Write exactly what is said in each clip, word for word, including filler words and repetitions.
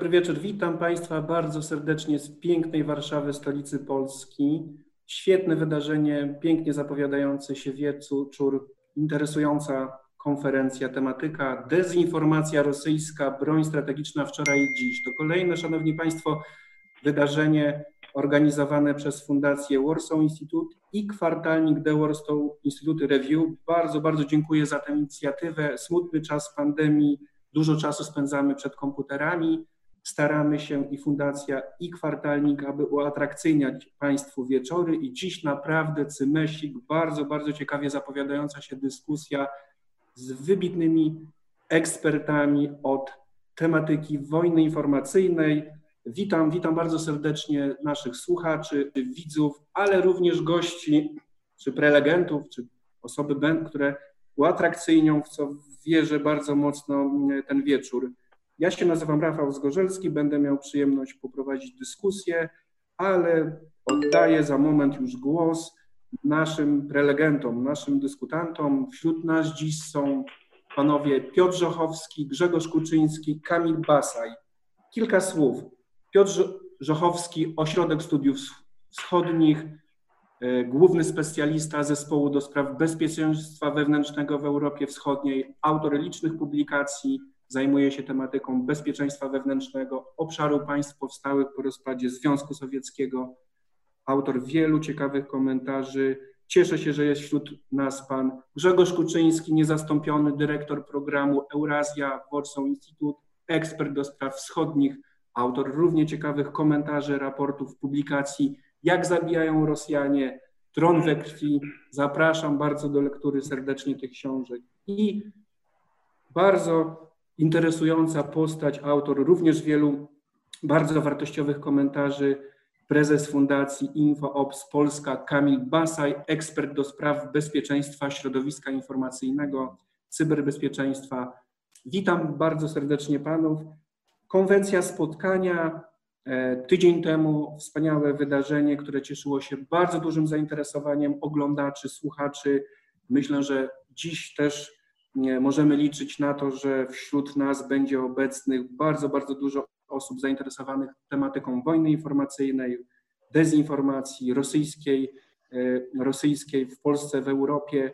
dobry wieczór. Witam Państwa bardzo serdecznie z pięknej Warszawy, stolicy Polski. Świetne wydarzenie, pięknie zapowiadający się wieczór, interesująca konferencja, tematyka dezinformacja rosyjska, broń strategiczna wczoraj i dziś. To kolejne, Szanowni Państwo, wydarzenie organizowane przez Fundację Warsaw Institute i kwartalnik The Warsaw Institute Review. Bardzo, bardzo dziękuję za tę inicjatywę. Smutny czas pandemii, dużo czasu spędzamy przed komputerami. Staramy się i Fundacja, i kwartalnik, aby uatrakcyjniać Państwu wieczory i dziś naprawdę cymesik, bardzo, bardzo ciekawie zapowiadająca się dyskusja z wybitnymi ekspertami od tematyki wojny informacyjnej. Witam, witam bardzo serdecznie naszych słuchaczy, widzów, ale również gości, czy prelegentów, czy osoby, które uatrakcyjnią, w co wierzę bardzo mocno, ten wieczór. Ja się nazywam Rafał Zgorzelski, będę miał przyjemność poprowadzić dyskusję, ale oddaję za moment już głos naszym prelegentom, naszym dyskutantom. Wśród nas dziś są panowie Piotr Żochowski, Grzegorz Kuczyński, Kamil Basaj. Kilka słów. Piotr Żochowski, Ośrodek Studiów Wschodnich, główny specjalista zespołu do spraw bezpieczeństwa wewnętrznego w Europie Wschodniej, autor licznych publikacji, zajmuje się tematyką bezpieczeństwa wewnętrznego, obszaru państw powstałych po rozpadzie Związku Sowieckiego, autor wielu ciekawych komentarzy. Cieszę się, że jest wśród nas pan Grzegorz Kuczyński, niezastąpiony dyrektor programu Eurazja Warsaw Institute, ekspert do spraw wschodnich, autor równie ciekawych komentarzy, raportów, publikacji, jak zabijają Rosjanie, Tron we krwi. Zapraszam bardzo do lektury serdecznie tych książek. I bardzo interesująca postać, autor również wielu bardzo wartościowych komentarzy, prezes Fundacji InfoOps Polska Kamil Basaj, ekspert do spraw bezpieczeństwa środowiska informacyjnego, cyberbezpieczeństwa. Witam bardzo serdecznie panów. Konwencja spotkania, tydzień temu wspaniałe wydarzenie, które cieszyło się bardzo dużym zainteresowaniem oglądaczy, słuchaczy. Myślę, że dziś też możemy liczyć na to, że wśród nas będzie obecnych bardzo, bardzo dużo osób zainteresowanych tematyką wojny informacyjnej, dezinformacji rosyjskiej, rosyjskiej w Polsce, w Europie.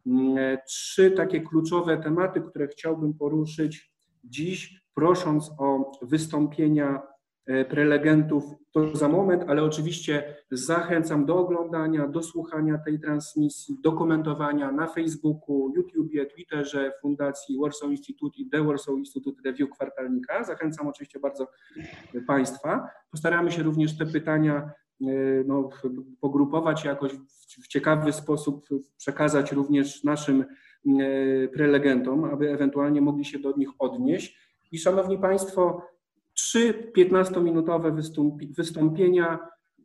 Trzy takie kluczowe tematy, które chciałbym poruszyć dziś, prosząc o wystąpienia prelegentów, to za moment, ale oczywiście zachęcam do oglądania, do słuchania tej transmisji, do komentowania na Facebooku, YouTubie, Twitterze Fundacji Warsaw Institute i The Warsaw Institute Review kwartalnika. Zachęcam oczywiście bardzo Państwa. Postaramy się również te pytania no, pogrupować jakoś w ciekawy sposób, przekazać również naszym prelegentom, aby ewentualnie mogli się do nich odnieść. I szanowni Państwo, trzy piętnastominutowe wystąpienia,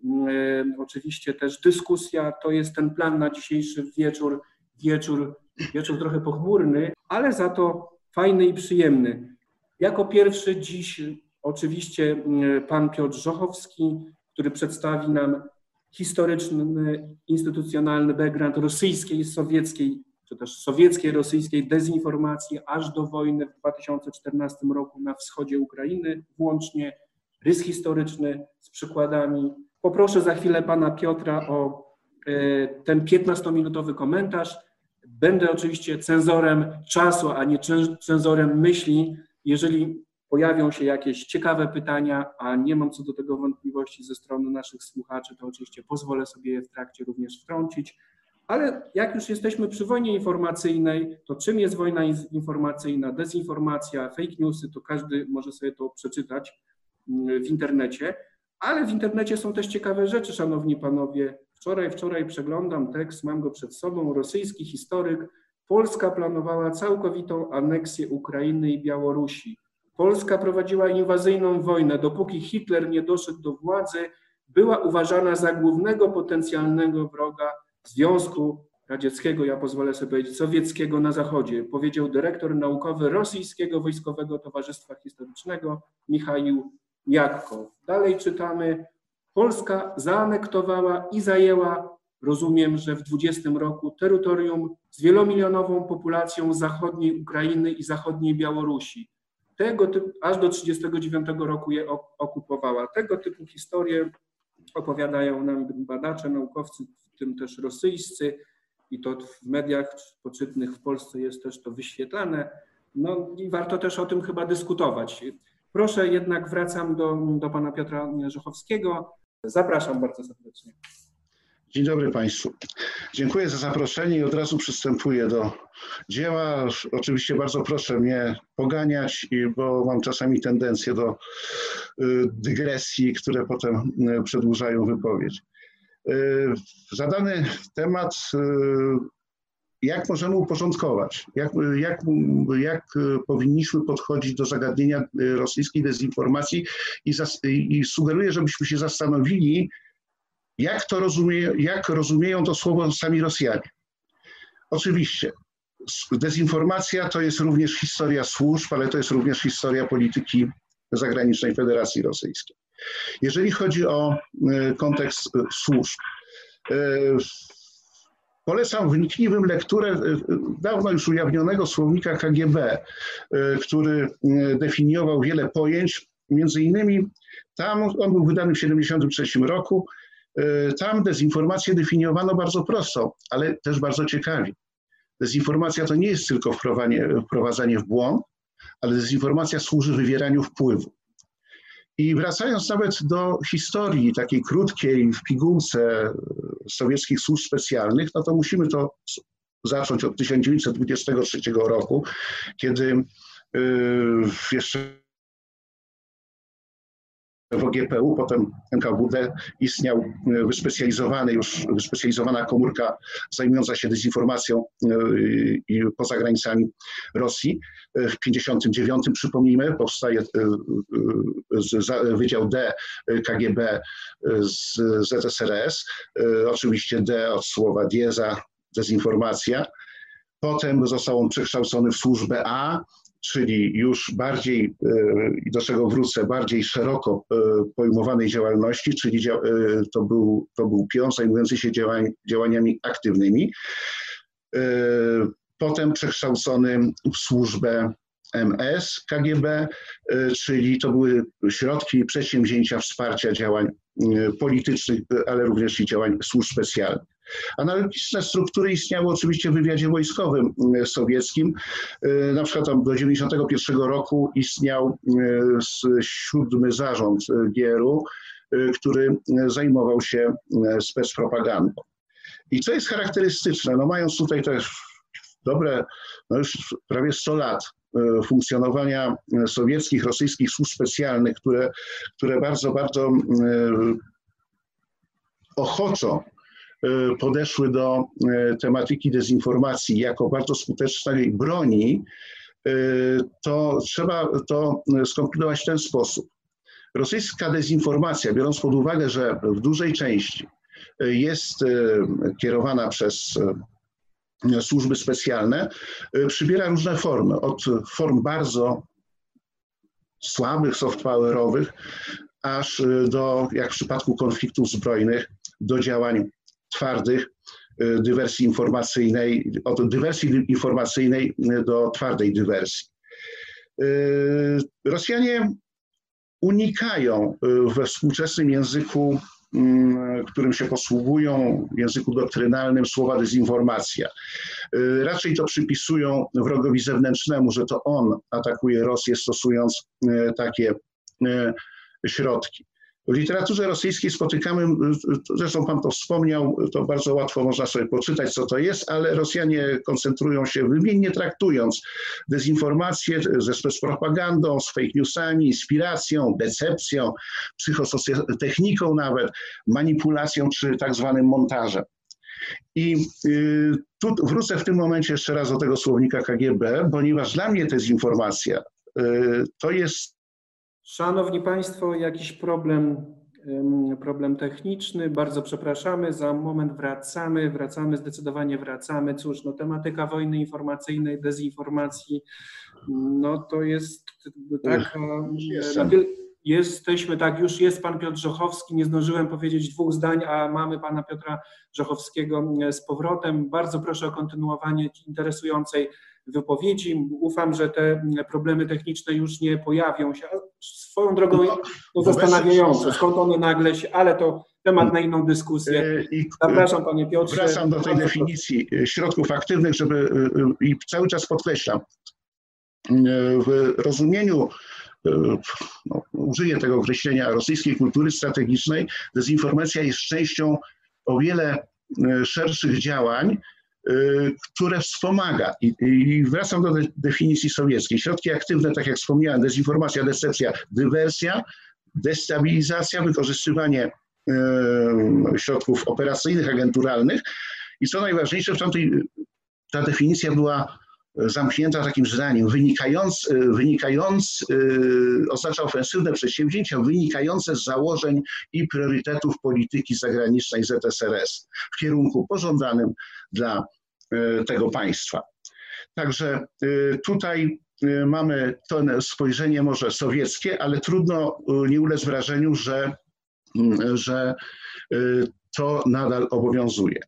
oczywiście też dyskusja, to jest ten plan na dzisiejszy wieczór, wieczór, wieczór trochę pochmurny, ale za to fajny i przyjemny. Jako pierwszy dziś oczywiście pan Piotr Żochowski, który przedstawi nam historyczny, instytucjonalny background rosyjskiej, sowieckiej, czy też sowieckiej, rosyjskiej dezinformacji aż do wojny w dwa tysiące czternastym roku na wschodzie Ukrainy, włącznie rys historyczny z przykładami. Poproszę za chwilę pana Piotra o ten piętnastominutowy komentarz. Będę oczywiście cenzorem czasu, a nie cenzorem myśli. Jeżeli pojawią się jakieś ciekawe pytania, a nie mam co do tego wątpliwości ze strony naszych słuchaczy, to oczywiście pozwolę sobie je w trakcie również wtrącić. Ale jak już jesteśmy przy wojnie informacyjnej, to czym jest wojna informacyjna, dezinformacja, fake newsy, to każdy może sobie to przeczytać w internecie, ale w internecie są też ciekawe rzeczy, szanowni panowie. Wczoraj, wczoraj przeglądam tekst, mam go przed sobą, rosyjski historyk. Polska planowała całkowitą aneksję Ukrainy i Białorusi. Polska prowadziła inwazyjną wojnę, dopóki Hitler nie doszedł do władzy, była uważana za głównego potencjalnego wroga Związku Radzieckiego, ja pozwolę sobie powiedzieć sowieckiego na zachodzie, powiedział dyrektor naukowy Rosyjskiego Wojskowego Towarzystwa Historycznego Michaił Jakkow. Dalej czytamy, Polska zaanektowała i zajęła, rozumiem, że w dwudziestym roku, terytorium z wielomilionową populacją zachodniej Ukrainy i zachodniej Białorusi. tego typu, aż do tysiąc dziewięćset trzydziestego dziewiątego roku je okupowała. Tego typu historie opowiadają nam badacze, naukowcy, w tym też rosyjscy, i to w mediach poczytnych w Polsce jest też to wyświetlane. No i warto też o tym chyba dyskutować. Proszę, jednak wracam do, do pana Piotra Żochowskiego. Zapraszam bardzo serdecznie. Dzień dobry Państwu. Dziękuję za zaproszenie i od razu przystępuję do dzieła. Oczywiście bardzo proszę mnie poganiać, bo mam czasami tendencję do dygresji, które potem przedłużają wypowiedź. Zadany temat, jak możemy uporządkować, jak, jak, jak powinniśmy podchodzić do zagadnienia rosyjskiej dezinformacji i, zas, i sugeruję, żebyśmy się zastanowili, jak to rozumie, jak rozumieją to słowo sami Rosjanie. Oczywiście dezinformacja to jest również historia służb, ale to jest również historia polityki zagranicznej Federacji Rosyjskiej. Jeżeli chodzi o kontekst służb, polecam wnikliwym lekturę dawno już ujawnionego słownika K G B, który definiował wiele pojęć, między innymi tam, on był wydany w tysiąc dziewięćset siedemdziesiątym trzecim roku, tam dezinformację definiowano bardzo prosto, ale też bardzo ciekawie. Dezinformacja to nie jest tylko wprowadzanie w błąd, ale dezinformacja służy wywieraniu wpływu. I wracając nawet do historii takiej krótkiej w pigułce sowieckich służb specjalnych, no to musimy to zacząć od tysiąc dziewięćset dwudziestego trzeciego roku, kiedy yy, jeszcze w O G P U, potem N K W D istniał wyspecjalizowany już, wyspecjalizowana komórka zajmująca się dezinformacją yy, poza granicami Rosji. W tysiąc dziewięćset pięćdziesiątym dziewiątym, przypomnijmy, powstaje Wydział D K G B z Z S R S, oczywiście D od słowa dieza, dezinformacja. Potem został on przekształcony w służbę A, czyli już bardziej, i do czego wrócę, bardziej szeroko pojmowanej działalności, czyli to był, to był pion zajmujący się działań, działaniami aktywnymi. Potem przekształcony w służbę M S K G B, czyli to były środki, przedsięwzięcia wsparcia działań politycznych, ale również i działań służb specjalnych. Analogiczne struktury istniały oczywiście w wywiadzie wojskowym sowieckim. Na przykład tam do dziewięćdziesiątego pierwszego roku istniał siódmy zarząd G R U, który zajmował się specpropagandą. I co jest charakterystyczne, no mając tutaj też dobre, no już prawie sto lat funkcjonowania sowieckich, rosyjskich służb specjalnych, które, które bardzo, bardzo ochoczo podeszły do tematyki dezinformacji jako bardzo skutecznej broni, to trzeba to skompilować w ten sposób. Rosyjska dezinformacja, biorąc pod uwagę, że w dużej części jest kierowana przez służby specjalne, przybiera różne formy, od form bardzo słabych, soft powerowych, aż do, jak w przypadku konfliktów zbrojnych, do działań twardych, dywersji informacyjnej, od dywersji informacyjnej do twardej dywersji. Rosjanie unikają we współczesnym języku, którym się posługują, w języku doktrynalnym, słowa dezinformacja. Raczej to przypisują wrogowi zewnętrznemu, że to on atakuje Rosję, stosując takie środki. W literaturze rosyjskiej spotykamy, zresztą pan to wspomniał, to bardzo łatwo można sobie poczytać, co to jest, ale Rosjanie koncentrują się, wymiennie traktując dezinformację ze specpropagandą, z fake newsami, inspiracją, decepcją, psychosocjotechniką nawet, manipulacją czy tak zwanym montażem. I tu wrócę w tym momencie jeszcze raz do tego słownika K G B, ponieważ dla mnie dezinformacja to jest... Szanowni Państwo, jakiś problem, problem techniczny, bardzo przepraszamy, za moment wracamy, wracamy, zdecydowanie wracamy. Cóż, no tematyka wojny informacyjnej, dezinformacji, no to jest tak, jesteśmy, tak, już jest pan Piotr Żochowski, nie zdążyłem powiedzieć dwóch zdań, a mamy pana Piotra Żochowskiego z powrotem. Bardzo proszę o kontynuowanie interesującej wypowiedzi. Ufam, że te problemy techniczne już nie pojawią się. A swoją drogą no, to zastanawiające, skąd one nagle się, ale to temat na inną dyskusję. Zapraszam, panie Piotrze. Wracam do tej definicji środków aktywnych, żeby i cały czas podkreślam, w rozumieniu, no, użyję tego określenia, rosyjskiej kultury strategicznej, dezinformacja jest częścią o wiele szerszych działań, które wspomaga. I, i wracam do definicji sowieckiej. Środki aktywne, tak jak wspomniałem, dezinformacja, decepcja, dywersja, destabilizacja, wykorzystywanie y, środków operacyjnych, agenturalnych. I co najważniejsze, w tamtej, ta definicja była zamknięta takim zdaniem, wynikając, wynikając yy, oznacza ofensywne przedsięwzięcia wynikające z założeń i priorytetów polityki zagranicznej Z S R S w kierunku pożądanym dla yy, tego państwa. Także yy, tutaj yy, mamy to spojrzenie może sowieckie, ale trudno yy, nie ulec wrażeniu, że, yy, że yy, to nadal obowiązuje.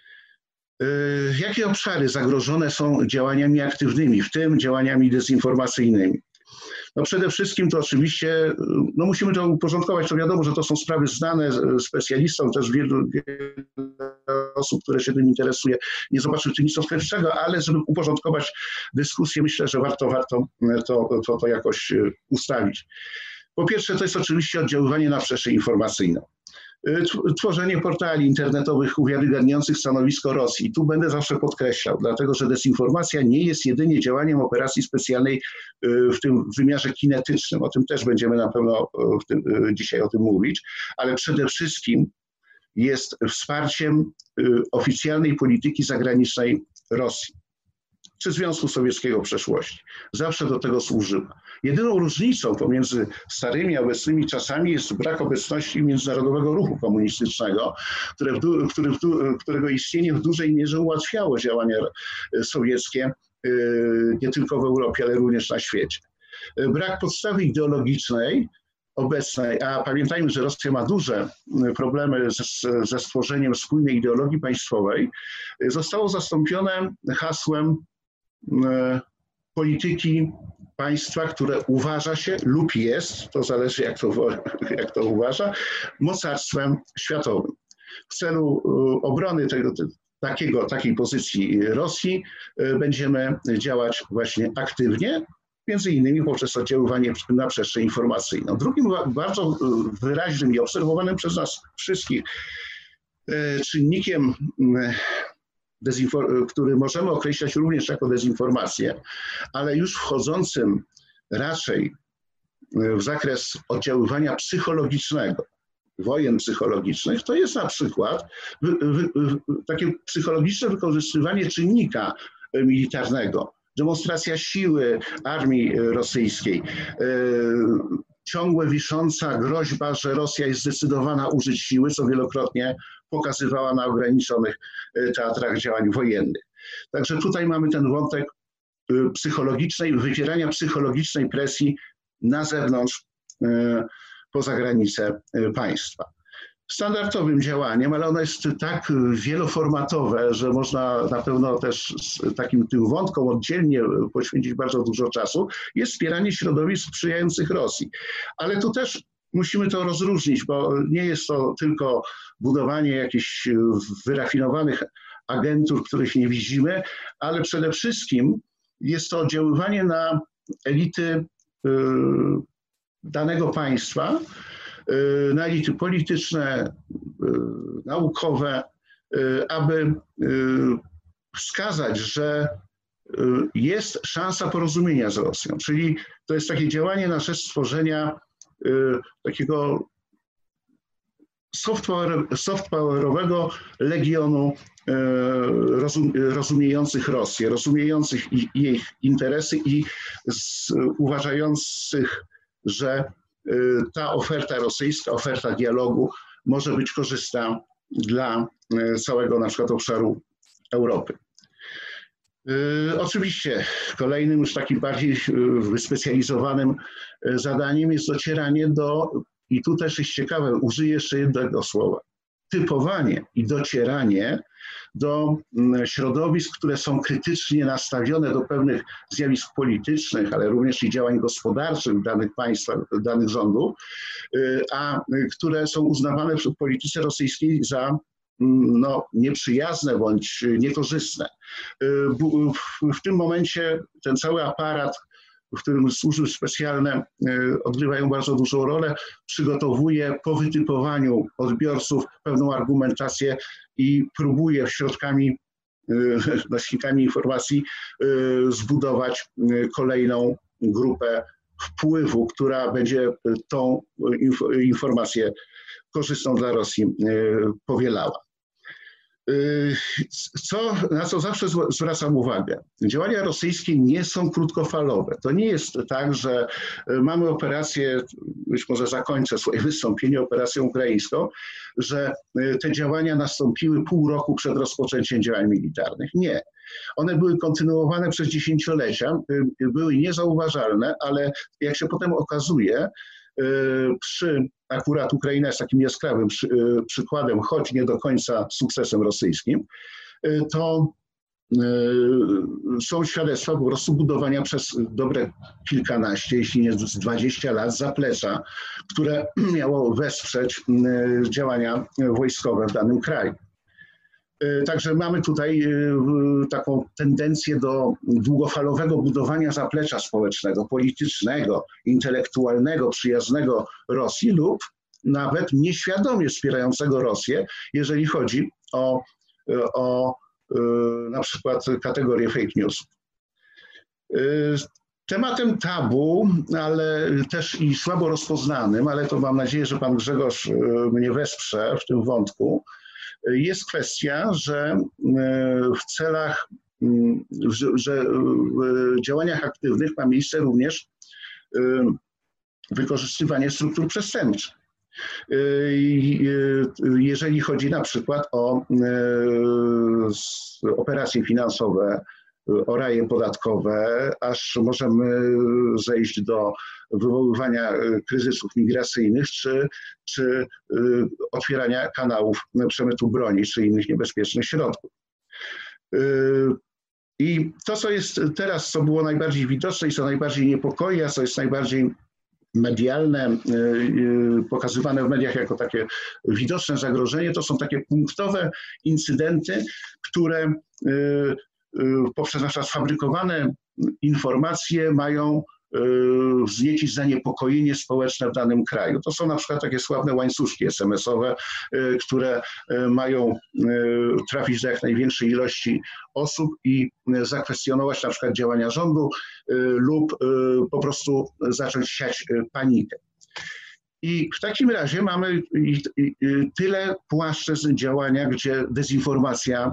Jakie obszary zagrożone są działaniami aktywnymi, w tym działaniami dezinformacyjnymi? No przede wszystkim to oczywiście, no musimy to uporządkować, to wiadomo, że to są sprawy znane specjalistom, też wielu, wielu osób, które się tym interesuje, nie zobaczy w tym nic odkrywczego, ale żeby uporządkować dyskusję, myślę, że warto, warto to, to, to jakoś ustalić. Po pierwsze, to jest oczywiście oddziaływanie na przestrzeń informacyjną. Tworzenie portali internetowych uwiarygadniających stanowisko Rosji. Tu będę zawsze podkreślał, dlatego że dezinformacja nie jest jedynie działaniem operacji specjalnej w tym wymiarze kinetycznym. O tym też będziemy na pewno w tym, dzisiaj o tym mówić, ale przede wszystkim jest wsparciem oficjalnej polityki zagranicznej Rosji czy Związku Sowieckiego w przeszłości. Zawsze do tego służyła. Jedyną różnicą pomiędzy starymi a obecnymi czasami jest brak obecności międzynarodowego ruchu komunistycznego, które w, który w, którego istnienie w dużej mierze ułatwiało działania sowieckie nie tylko w Europie, ale również na świecie. Brak podstawy ideologicznej obecnej, a pamiętajmy, że Rosja ma duże problemy ze, ze stworzeniem spójnej ideologii państwowej, zostało zastąpione hasłem polityki państwa, które uważa się lub jest, to zależy jak to, jak to uważa, mocarstwem światowym. W celu obrony tego, takiego, takiej pozycji Rosji będziemy działać właśnie aktywnie, między innymi poprzez oddziaływanie na przestrzeń informacyjną. Drugim bardzo wyraźnym i obserwowanym przez nas wszystkich czynnikiem, który możemy określać również jako dezinformację, ale już wchodzącym raczej w zakres oddziaływania psychologicznego, wojen psychologicznych, to jest na przykład takie psychologiczne wykorzystywanie czynnika militarnego, demonstracja siły armii rosyjskiej, ciągłe wisząca groźba, że Rosja jest zdecydowana użyć siły, co wielokrotnie pokazywała na ograniczonych teatrach działań wojennych. Także tutaj mamy ten wątek psychologicznej, wywierania psychologicznej presji na zewnątrz, poza granice państwa. Standardowym działaniem, ale ono jest tak wieloformatowe, że można na pewno też takim tym wątkom oddzielnie poświęcić bardzo dużo czasu, jest wspieranie środowisk sprzyjających Rosji. Ale tu też musimy to rozróżnić, bo nie jest to tylko budowanie jakichś wyrafinowanych agentur, których nie widzimy, ale przede wszystkim jest to oddziaływanie na elity danego państwa, na elity polityczne, naukowe, aby wskazać, że jest szansa porozumienia z Rosją. Czyli to jest takie działanie na rzecz stworzenia takiego soft, power, soft powerowego legionu rozum, rozumiejących Rosję, rozumiejących jej interesy i z, uważających, że ta oferta rosyjska, oferta dialogu może być korzystna dla całego na przykład obszaru Europy. Oczywiście kolejnym już takim bardziej wyspecjalizowanym zadaniem jest docieranie do, i tu też jest ciekawe, użyję jeszcze jednego słowa, typowanie i docieranie do środowisk, które są krytycznie nastawione do pewnych zjawisk politycznych, ale również i działań gospodarczych danych państw, danych rządów, a które są uznawane w polityce rosyjskiej za no, nieprzyjazne bądź niekorzystne. W tym momencie ten cały aparat, w którym służby specjalne odgrywają bardzo dużą rolę, przygotowuje po wytypowaniu odbiorców pewną argumentację i próbuje środkami, nośnikami informacji zbudować kolejną grupę wpływu, która będzie tą informację korzystną dla Rosji powielała. Co, na co zawsze zwracam uwagę, działania rosyjskie nie są krótkofalowe. To nie jest tak, że mamy operację, być może zakończę swoje wystąpienie operacją ukraińską, że te działania nastąpiły pół roku przed rozpoczęciem działań militarnych. Nie. One były kontynuowane przez dziesięciolecia, były niezauważalne, ale jak się potem okazuje, przy, akurat Ukraina jest takim jaskrawym przy, przykładem, choć nie do końca sukcesem rosyjskim, to są świadectwa po prostu budowania przez dobre kilkanaście, jeśli nie dwadzieścia lat zaplecza, które miało wesprzeć działania wojskowe w danym kraju. Także mamy tutaj taką tendencję do długofalowego budowania zaplecza społecznego, politycznego, intelektualnego, przyjaznego Rosji lub nawet nieświadomie wspierającego Rosję, jeżeli chodzi o, o na przykład kategorię fake news. Tematem tabu, ale też i słabo rozpoznanym, ale to mam nadzieję, że pan Grzegorz mnie wesprze w tym wątku, jest kwestia, że w celach, że w działaniach aktywnych ma miejsce również wykorzystywanie struktur przestępczych. Jeżeli chodzi na przykład o operacje finansowe, o raje podatkowe, aż możemy zejść do wywoływania kryzysów migracyjnych, czy, czy otwierania kanałów przemytu broni, czy innych niebezpiecznych środków. I to, co jest teraz, co było najbardziej widoczne i co najbardziej niepokoi, a co jest najbardziej medialne, pokazywane w mediach jako takie widoczne zagrożenie, to są takie punktowe incydenty, które poprzez na przykład sfabrykowane informacje mają wzniecić zaniepokojenie społeczne w danym kraju. To są na przykład takie sławne łańcuszki es em esowe, które mają trafić do jak największej ilości osób i zakwestionować na przykład działania rządu lub po prostu zacząć siać panikę. I w takim razie mamy tyle płaszczyzn działania, gdzie dezinformacja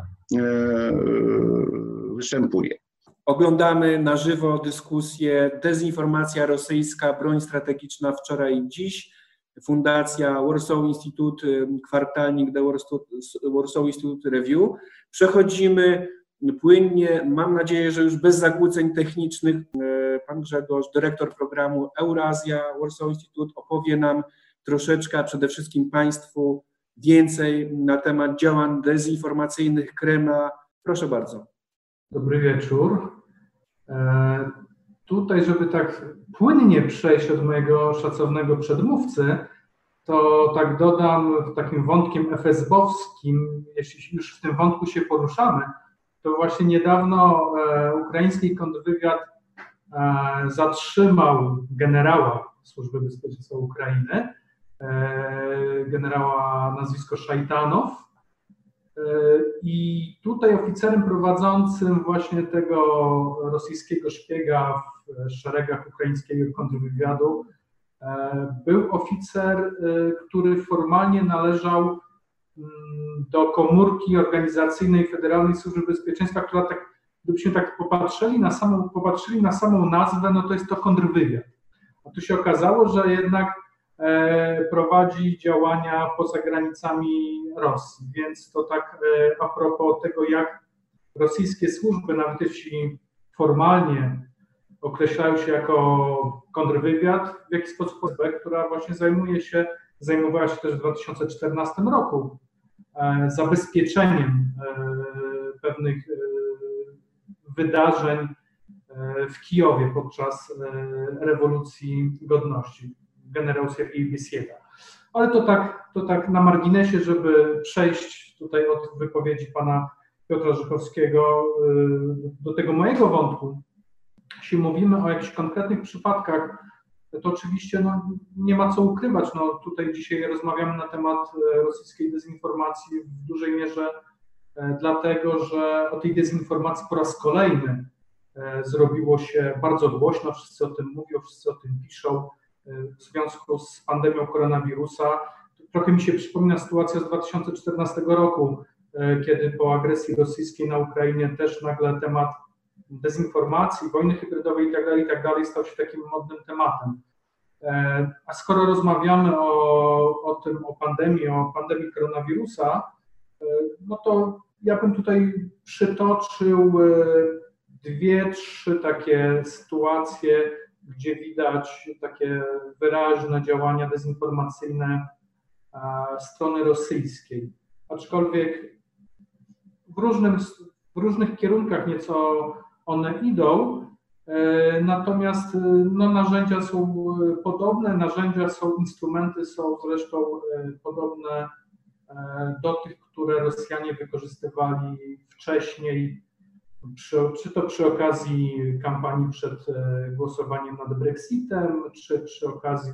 występuje. Oglądamy na żywo dyskusję Dezinformacja rosyjska, broń strategiczna wczoraj i dziś. Fundacja Warsaw Institute, kwartalnik The Warsaw Institute Review. Przechodzimy płynnie, mam nadzieję, że już bez zakłóceń technicznych. Pan Grzegorz, dyrektor programu Eurazja Warsaw Institute, opowie nam troszeczkę, a przede wszystkim Państwu więcej na temat działań dezinformacyjnych Kremla. Proszę bardzo. Dobry wieczór. E, tutaj, żeby tak płynnie przejść od mojego szacownego przedmówcy, to tak dodam takim wątkiem ef es be owskim, jeśli już w tym wątku się poruszamy, to właśnie niedawno e, ukraiński kontrwywiad e, zatrzymał generała Służby Bezpieczeństwa Ukrainy, e, generała nazwisko Szajtanow. I tutaj oficerem prowadzącym właśnie tego rosyjskiego szpiega w szeregach ukraińskiego kontrwywiadu był oficer, który formalnie należał do komórki organizacyjnej Federalnej Służby Bezpieczeństwa, która tak, gdybyśmy tak popatrzyli na samą, popatrzyli na samą nazwę, no to jest to kontrwywiad. A tu się okazało, że jednak prowadzi działania poza granicami Rosji, więc to tak a propos tego, jak rosyjskie służby, nawet jeśli formalnie określają się jako kontrwywiad, w jaki sposób, która właśnie zajmuje się, zajmowała się też w dwa tysiące czternastym roku zabezpieczeniem pewnych wydarzeń w Kijowie podczas rewolucji godności, generał Siergiej Biesieda. Ale to tak, to tak na marginesie, żeby przejść tutaj od wypowiedzi pana Piotra Żychowskiego do tego mojego wątku. Jeśli mówimy o jakichś konkretnych przypadkach, to oczywiście no, nie ma co ukrywać. No, tutaj dzisiaj rozmawiamy na temat rosyjskiej dezinformacji w dużej mierze dlatego, że o tej dezinformacji po raz kolejny zrobiło się bardzo głośno, wszyscy o tym mówią, wszyscy o tym piszą w związku z pandemią koronawirusa. Trochę mi się przypomina sytuacja z dwa tysiące czternastego roku, kiedy po agresji rosyjskiej na Ukrainie też nagle temat dezinformacji, wojny hybrydowej itd., itd. stał się takim modnym tematem. A skoro rozmawiamy o, o tym, o pandemii, o pandemii koronawirusa, no to ja bym tutaj przytoczył dwie, trzy takie sytuacje, gdzie widać takie wyraźne działania dezinformacyjne strony rosyjskiej. Aczkolwiek w, różnym, w różnych kierunkach nieco one idą, natomiast no, narzędzia są podobne, narzędzia są, instrumenty są zresztą podobne do tych, które Rosjanie wykorzystywali wcześniej, przy, czy to przy okazji kampanii przed głosowaniem nad Brexitem, czy przy okazji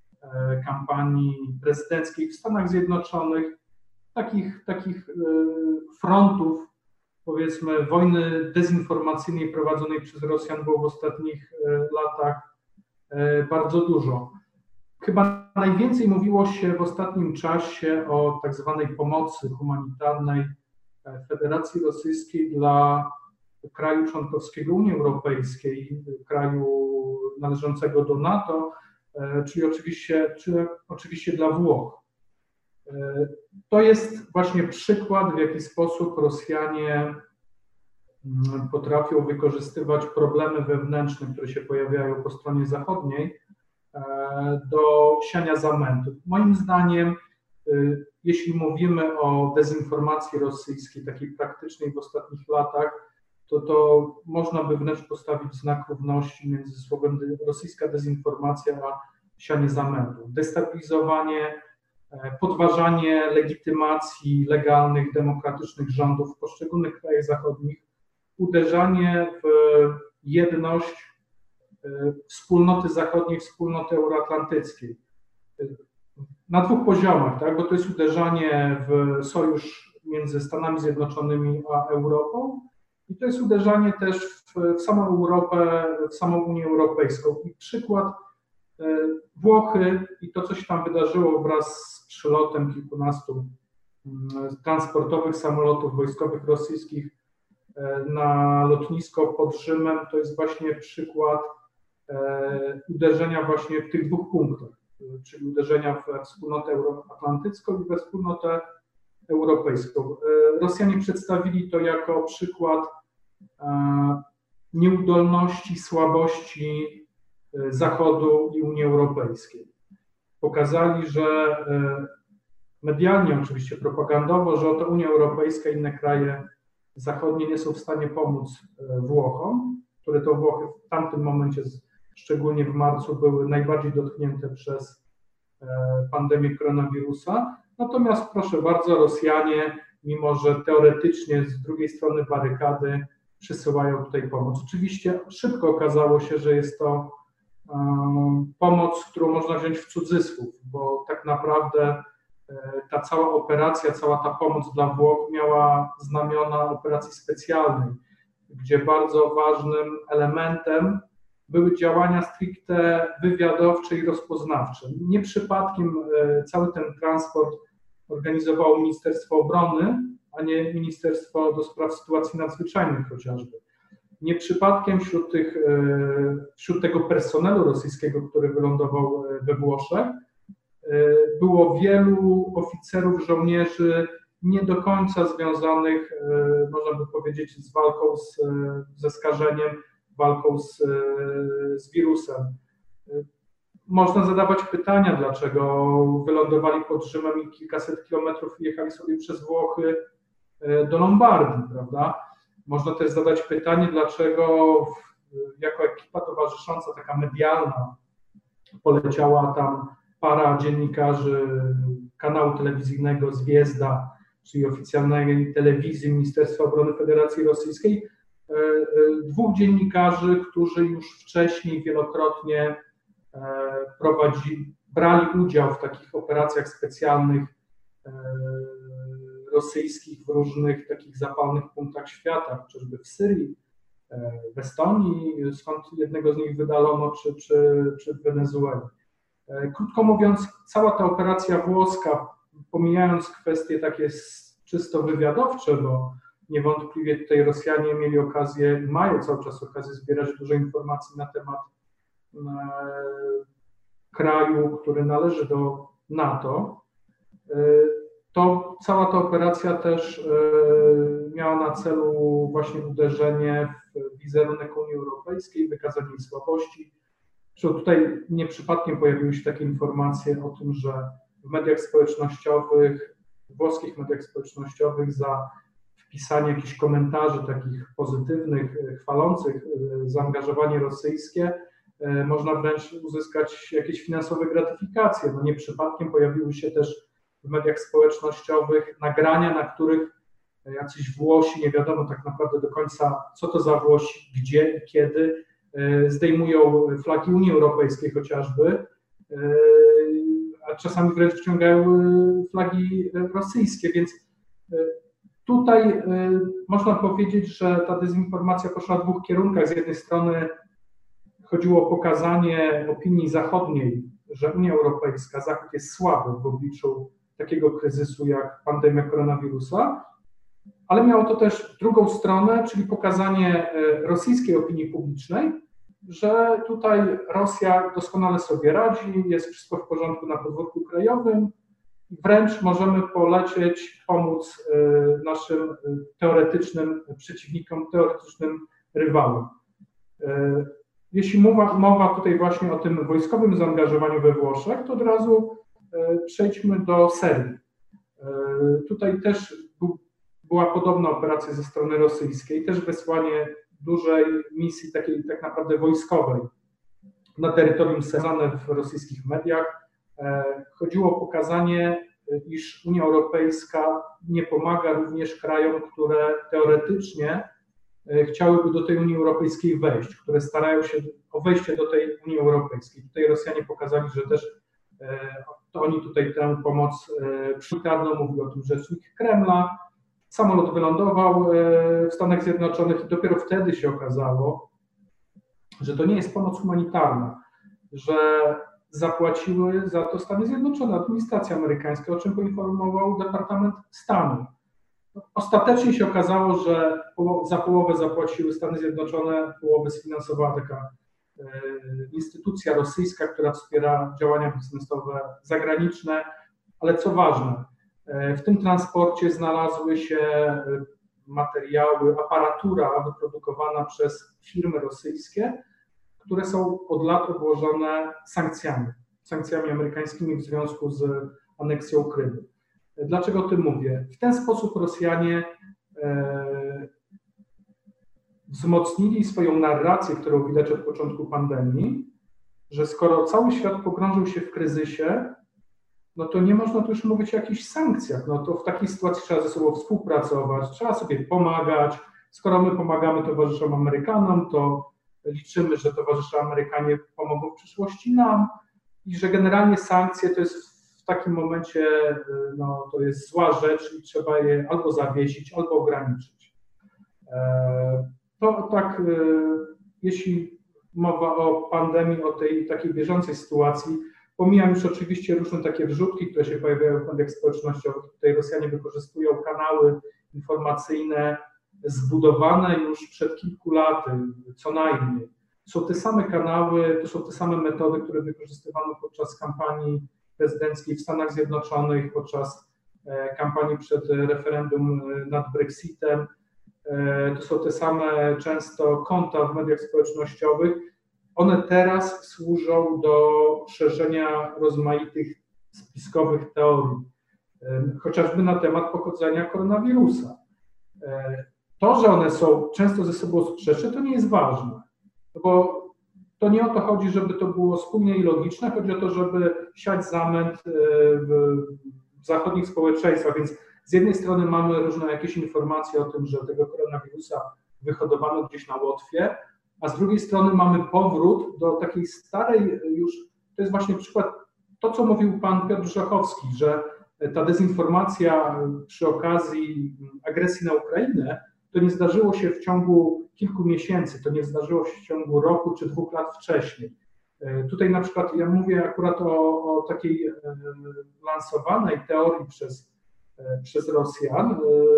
kampanii prezydenckiej w Stanach Zjednoczonych, takich, takich frontów, powiedzmy, wojny dezinformacyjnej prowadzonej przez Rosjan było w ostatnich latach bardzo dużo. Chyba najwięcej mówiło się w ostatnim czasie o tak zwanej pomocy humanitarnej Federacji Rosyjskiej dla kraju członkowskiego Unii Europejskiej, kraju należącego do NATO, czyli oczywiście, czy oczywiście dla Włoch. To jest właśnie przykład, w jaki sposób Rosjanie potrafią wykorzystywać problemy wewnętrzne, które się pojawiają po stronie zachodniej, do siania zamętu. Moim zdaniem, jeśli mówimy o dezinformacji rosyjskiej, takiej praktycznej w ostatnich latach, to to można by wręcz postawić znak równości między słowem rosyjska dezinformacja a sianie zamętu. Destabilizowanie, podważanie legitymacji legalnych, demokratycznych rządów w poszczególnych krajach zachodnich, uderzanie w jedność wspólnoty zachodniej, wspólnoty euroatlantyckiej. Na dwóch poziomach, tak? Bo to jest uderzanie w sojusz między Stanami Zjednoczonymi a Europą i to jest uderzanie też w, w samą Europę, w samą Unię Europejską. I przykład Włochy i to, co się tam wydarzyło wraz z przylotem kilkunastu transportowych samolotów wojskowych rosyjskich na lotnisko pod Rzymem, to jest właśnie przykład uderzenia właśnie w tych dwóch punktach, czyli uderzenia we wspólnotę euroatlantycką i we wspólnotę europejską. Rosjanie przedstawili to jako przykład nieudolności, słabości Zachodu i Unii Europejskiej. Pokazali, że medialnie oczywiście, propagandowo, że oto Unia Europejska i inne kraje zachodnie nie są w stanie pomóc Włochom, które to Włochy w tamtym momencie, szczególnie w marcu, były najbardziej dotknięte przez pandemię koronawirusa. Natomiast proszę bardzo, Rosjanie, mimo że teoretycznie z drugiej strony barykady przysyłają tutaj pomoc. Oczywiście szybko okazało się, że jest to um, pomoc, którą można wziąć w cudzysłów, bo tak naprawdę ta cała operacja, cała ta pomoc dla Włoch miała znamiona operacji specjalnej, gdzie bardzo ważnym elementem były działania stricte wywiadowcze i rozpoznawcze. Nie przypadkiem cały ten transport organizowało Ministerstwo Obrony, a nie Ministerstwo do Spraw Sytuacji Nadzwyczajnych chociażby. Nie przypadkiem wśród, tych, wśród tego personelu rosyjskiego, który wylądował we Włoszech, było wielu oficerów, żołnierzy nie do końca związanych, można by powiedzieć, z walką z, ze skażeniem, walką z, z wirusem. można zadawać pytania, dlaczego wylądowali pod Rzymem i kilkaset kilometrów jechali sobie przez Włochy do Lombardii, prawda? Można też zadać pytanie, dlaczego jako ekipa towarzysząca, taka medialna, poleciała tam para dziennikarzy kanału telewizyjnego Zwiezda, czyli oficjalnej telewizji Ministerstwa Obrony Federacji Rosyjskiej, dwóch dziennikarzy, którzy już wcześniej wielokrotnie prowadzi, brali udział w takich operacjach specjalnych rosyjskich w różnych takich zapalnych punktach świata, chociażby w Syrii, w Estonii, skąd jednego z nich wydalono, czy, czy, czy w Wenezueli. Krótko mówiąc, cała ta operacja włoska, pomijając kwestie takie czysto wywiadowcze, bo niewątpliwie tutaj Rosjanie mieli okazję, mają cały czas okazję zbierać dużo informacji na temat e, kraju, który należy do NATO, e, to cała ta operacja też e, miała na celu właśnie uderzenie w wizerunek Unii Europejskiej, wykazanie jej słabości. Zresztą tutaj nieprzypadkiem pojawiły się takie informacje o tym, że w mediach społecznościowych, w włoskich mediach społecznościowych za wpisanie jakichś komentarzy takich pozytywnych, chwalących zaangażowanie rosyjskie, można wręcz uzyskać jakieś finansowe gratyfikacje. No nie przypadkiem pojawiły się też w mediach społecznościowych nagrania, na których jacyś Włosi, nie wiadomo tak naprawdę do końca, co to za Włosi, gdzie i kiedy, zdejmują flagi Unii Europejskiej chociażby, a czasami wręcz wciągają flagi rosyjskie, więc tutaj można powiedzieć, że ta dezinformacja poszła w dwóch kierunkach. Z jednej strony chodziło o pokazanie opinii zachodniej, że Unia Europejska, Zachód jest słaby w obliczu takiego kryzysu jak pandemia koronawirusa, ale miało to też drugą stronę, czyli pokazanie rosyjskiej opinii publicznej, że tutaj Rosja doskonale sobie radzi, jest wszystko w porządku na podwórku krajowym, wręcz możemy polecieć, pomóc naszym teoretycznym przeciwnikom, teoretycznym rywalom. Jeśli mowa, mowa tutaj właśnie o tym wojskowym zaangażowaniu we Włoszech, to od razu przejdźmy do Serbii. Tutaj też był, była podobna operacja ze strony rosyjskiej, też wysłanie dużej misji takiej tak naprawdę wojskowej na terytorium Serbii w rosyjskich mediach. Chodziło o pokazanie, iż Unia Europejska nie pomaga również krajom, które teoretycznie chciałyby do tej Unii Europejskiej wejść, które starają się o wejście do tej Unii Europejskiej. Tutaj Rosjanie pokazali, że też to oni tutaj tę pomoc militarną, mówił o tym rzecznik Kremla. Samolot wylądował w Stanach Zjednoczonych i dopiero wtedy się okazało, że to nie jest pomoc humanitarna, że zapłaciły za to Stany Zjednoczone, administracja amerykańska, o czym poinformował Departament Stanu. Ostatecznie się okazało, że za połowę zapłaciły Stany Zjednoczone, połowę sfinansowała taka instytucja rosyjska, która wspiera działania biznesowe zagraniczne, ale co ważne, w tym transporcie znalazły się materiały, aparatura wyprodukowana przez firmy rosyjskie, które są od lat obłożone sankcjami, sankcjami amerykańskimi w związku z aneksją Krymu. Dlaczego o tym mówię? W ten sposób Rosjanie e, wzmocnili swoją narrację, którą widać od początku pandemii, że skoro cały świat pogrążył się w kryzysie, no to nie można tu już mówić o jakichś sankcjach. No to w takiej sytuacji trzeba ze sobą współpracować, trzeba sobie pomagać. Skoro my pomagamy towarzyszom Amerykanom, to liczymy, że towarzysze Amerykanie pomogą w przyszłości nam i że generalnie sankcje to jest w takim momencie, no, to jest zła rzecz i trzeba je albo zawiesić, albo ograniczyć. To tak, jeśli mowa o pandemii, o tej takiej bieżącej sytuacji, pomijam już oczywiście różne takie wrzutki, które się pojawiają w mediach społecznościowych. Tutaj Rosjanie wykorzystują kanały informacyjne zbudowane już przed kilku laty, co najmniej. Są te same kanały, to są te same metody, które wykorzystywano podczas kampanii prezydenckiej w Stanach Zjednoczonych, podczas kampanii przed referendum nad Brexitem. To są te same często konta w mediach społecznościowych. one teraz służą do szerzenia rozmaitych spiskowych teorii, chociażby na temat pochodzenia koronawirusa. To, że one są często ze sobą sprzeczne, to nie jest ważne, bo to nie o to chodzi, żeby to było spójne i logiczne, chodzi o to, żeby siać zamęt w zachodnich społeczeństwach, więc z jednej strony mamy różne jakieś informacje o tym, że tego koronawirusa wyhodowano gdzieś na Łotwie, a z drugiej strony mamy powrót do takiej starej już, to jest właśnie przykład, to co mówił pan Piotr Żochowski, że ta dezinformacja przy okazji agresji na Ukrainę, to nie zdarzyło się w ciągu kilku miesięcy, to nie zdarzyło się w ciągu roku czy dwóch lat wcześniej. Tutaj na przykład ja mówię akurat o, o takiej lansowanej teorii przez, przez Rosjan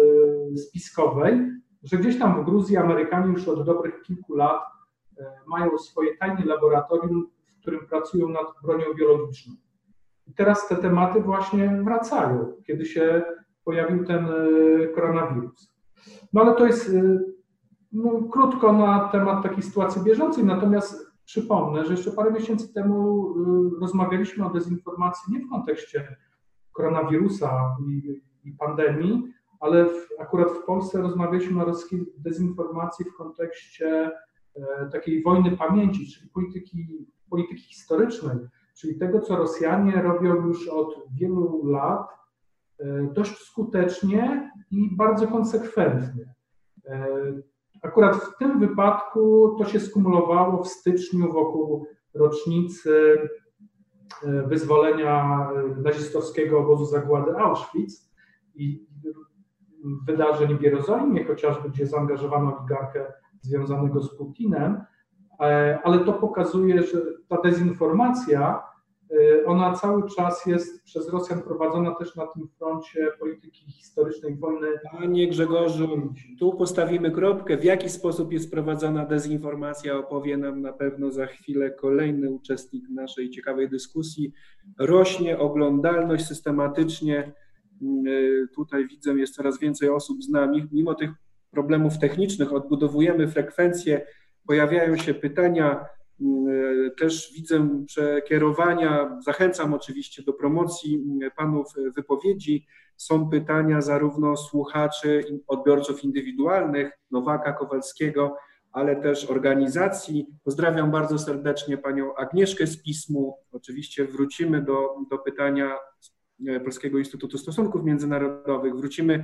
spiskowej, że gdzieś tam w Gruzji Amerykanie już od dobrych kilku lat mają swoje tajne laboratorium, w którym pracują nad bronią biologiczną. I teraz te tematy właśnie wracają, kiedy się pojawił ten koronawirus. No ale to jest no, krótko na temat takiej sytuacji bieżącej, natomiast przypomnę, że jeszcze parę miesięcy temu rozmawialiśmy o dezinformacji nie w kontekście koronawirusa i, i pandemii, ale w, akurat w Polsce rozmawialiśmy o rosyjskiej dezinformacji w kontekście e, takiej wojny pamięci, czyli polityki, polityki historycznej, czyli tego, co Rosjanie robią już od wielu lat e, dość skutecznie i bardzo konsekwentnie. E, akurat w tym wypadku to się skumulowało w styczniu wokół rocznicy e, wyzwolenia nazistowskiego obozu zagłady Auschwitz i wydarzeń w Jerozolimie, chociażby gdzie zaangażowano oligarchę związanego z Putinem, ale to pokazuje, że ta dezinformacja, ona cały czas jest przez Rosjan prowadzona też na tym froncie polityki historycznej wojny. Panie Grzegorzu, tu postawimy kropkę. W jaki sposób jest prowadzona dezinformacja, opowie nam na pewno za chwilę kolejny uczestnik naszej ciekawej dyskusji. Rośnie oglądalność systematycznie. Tutaj widzę, jest coraz więcej osób z nami. Mimo tych problemów technicznych odbudowujemy frekwencję, pojawiają się pytania, też widzę przekierowania. Zachęcam oczywiście do promocji panów wypowiedzi. Są pytania zarówno słuchaczy, odbiorców indywidualnych, Nowaka, Kowalskiego, ale też organizacji. Pozdrawiam bardzo serdecznie panią Agnieszkę z Pismu. Oczywiście wrócimy do, do pytania Polskiego Instytutu Stosunków Międzynarodowych. Wrócimy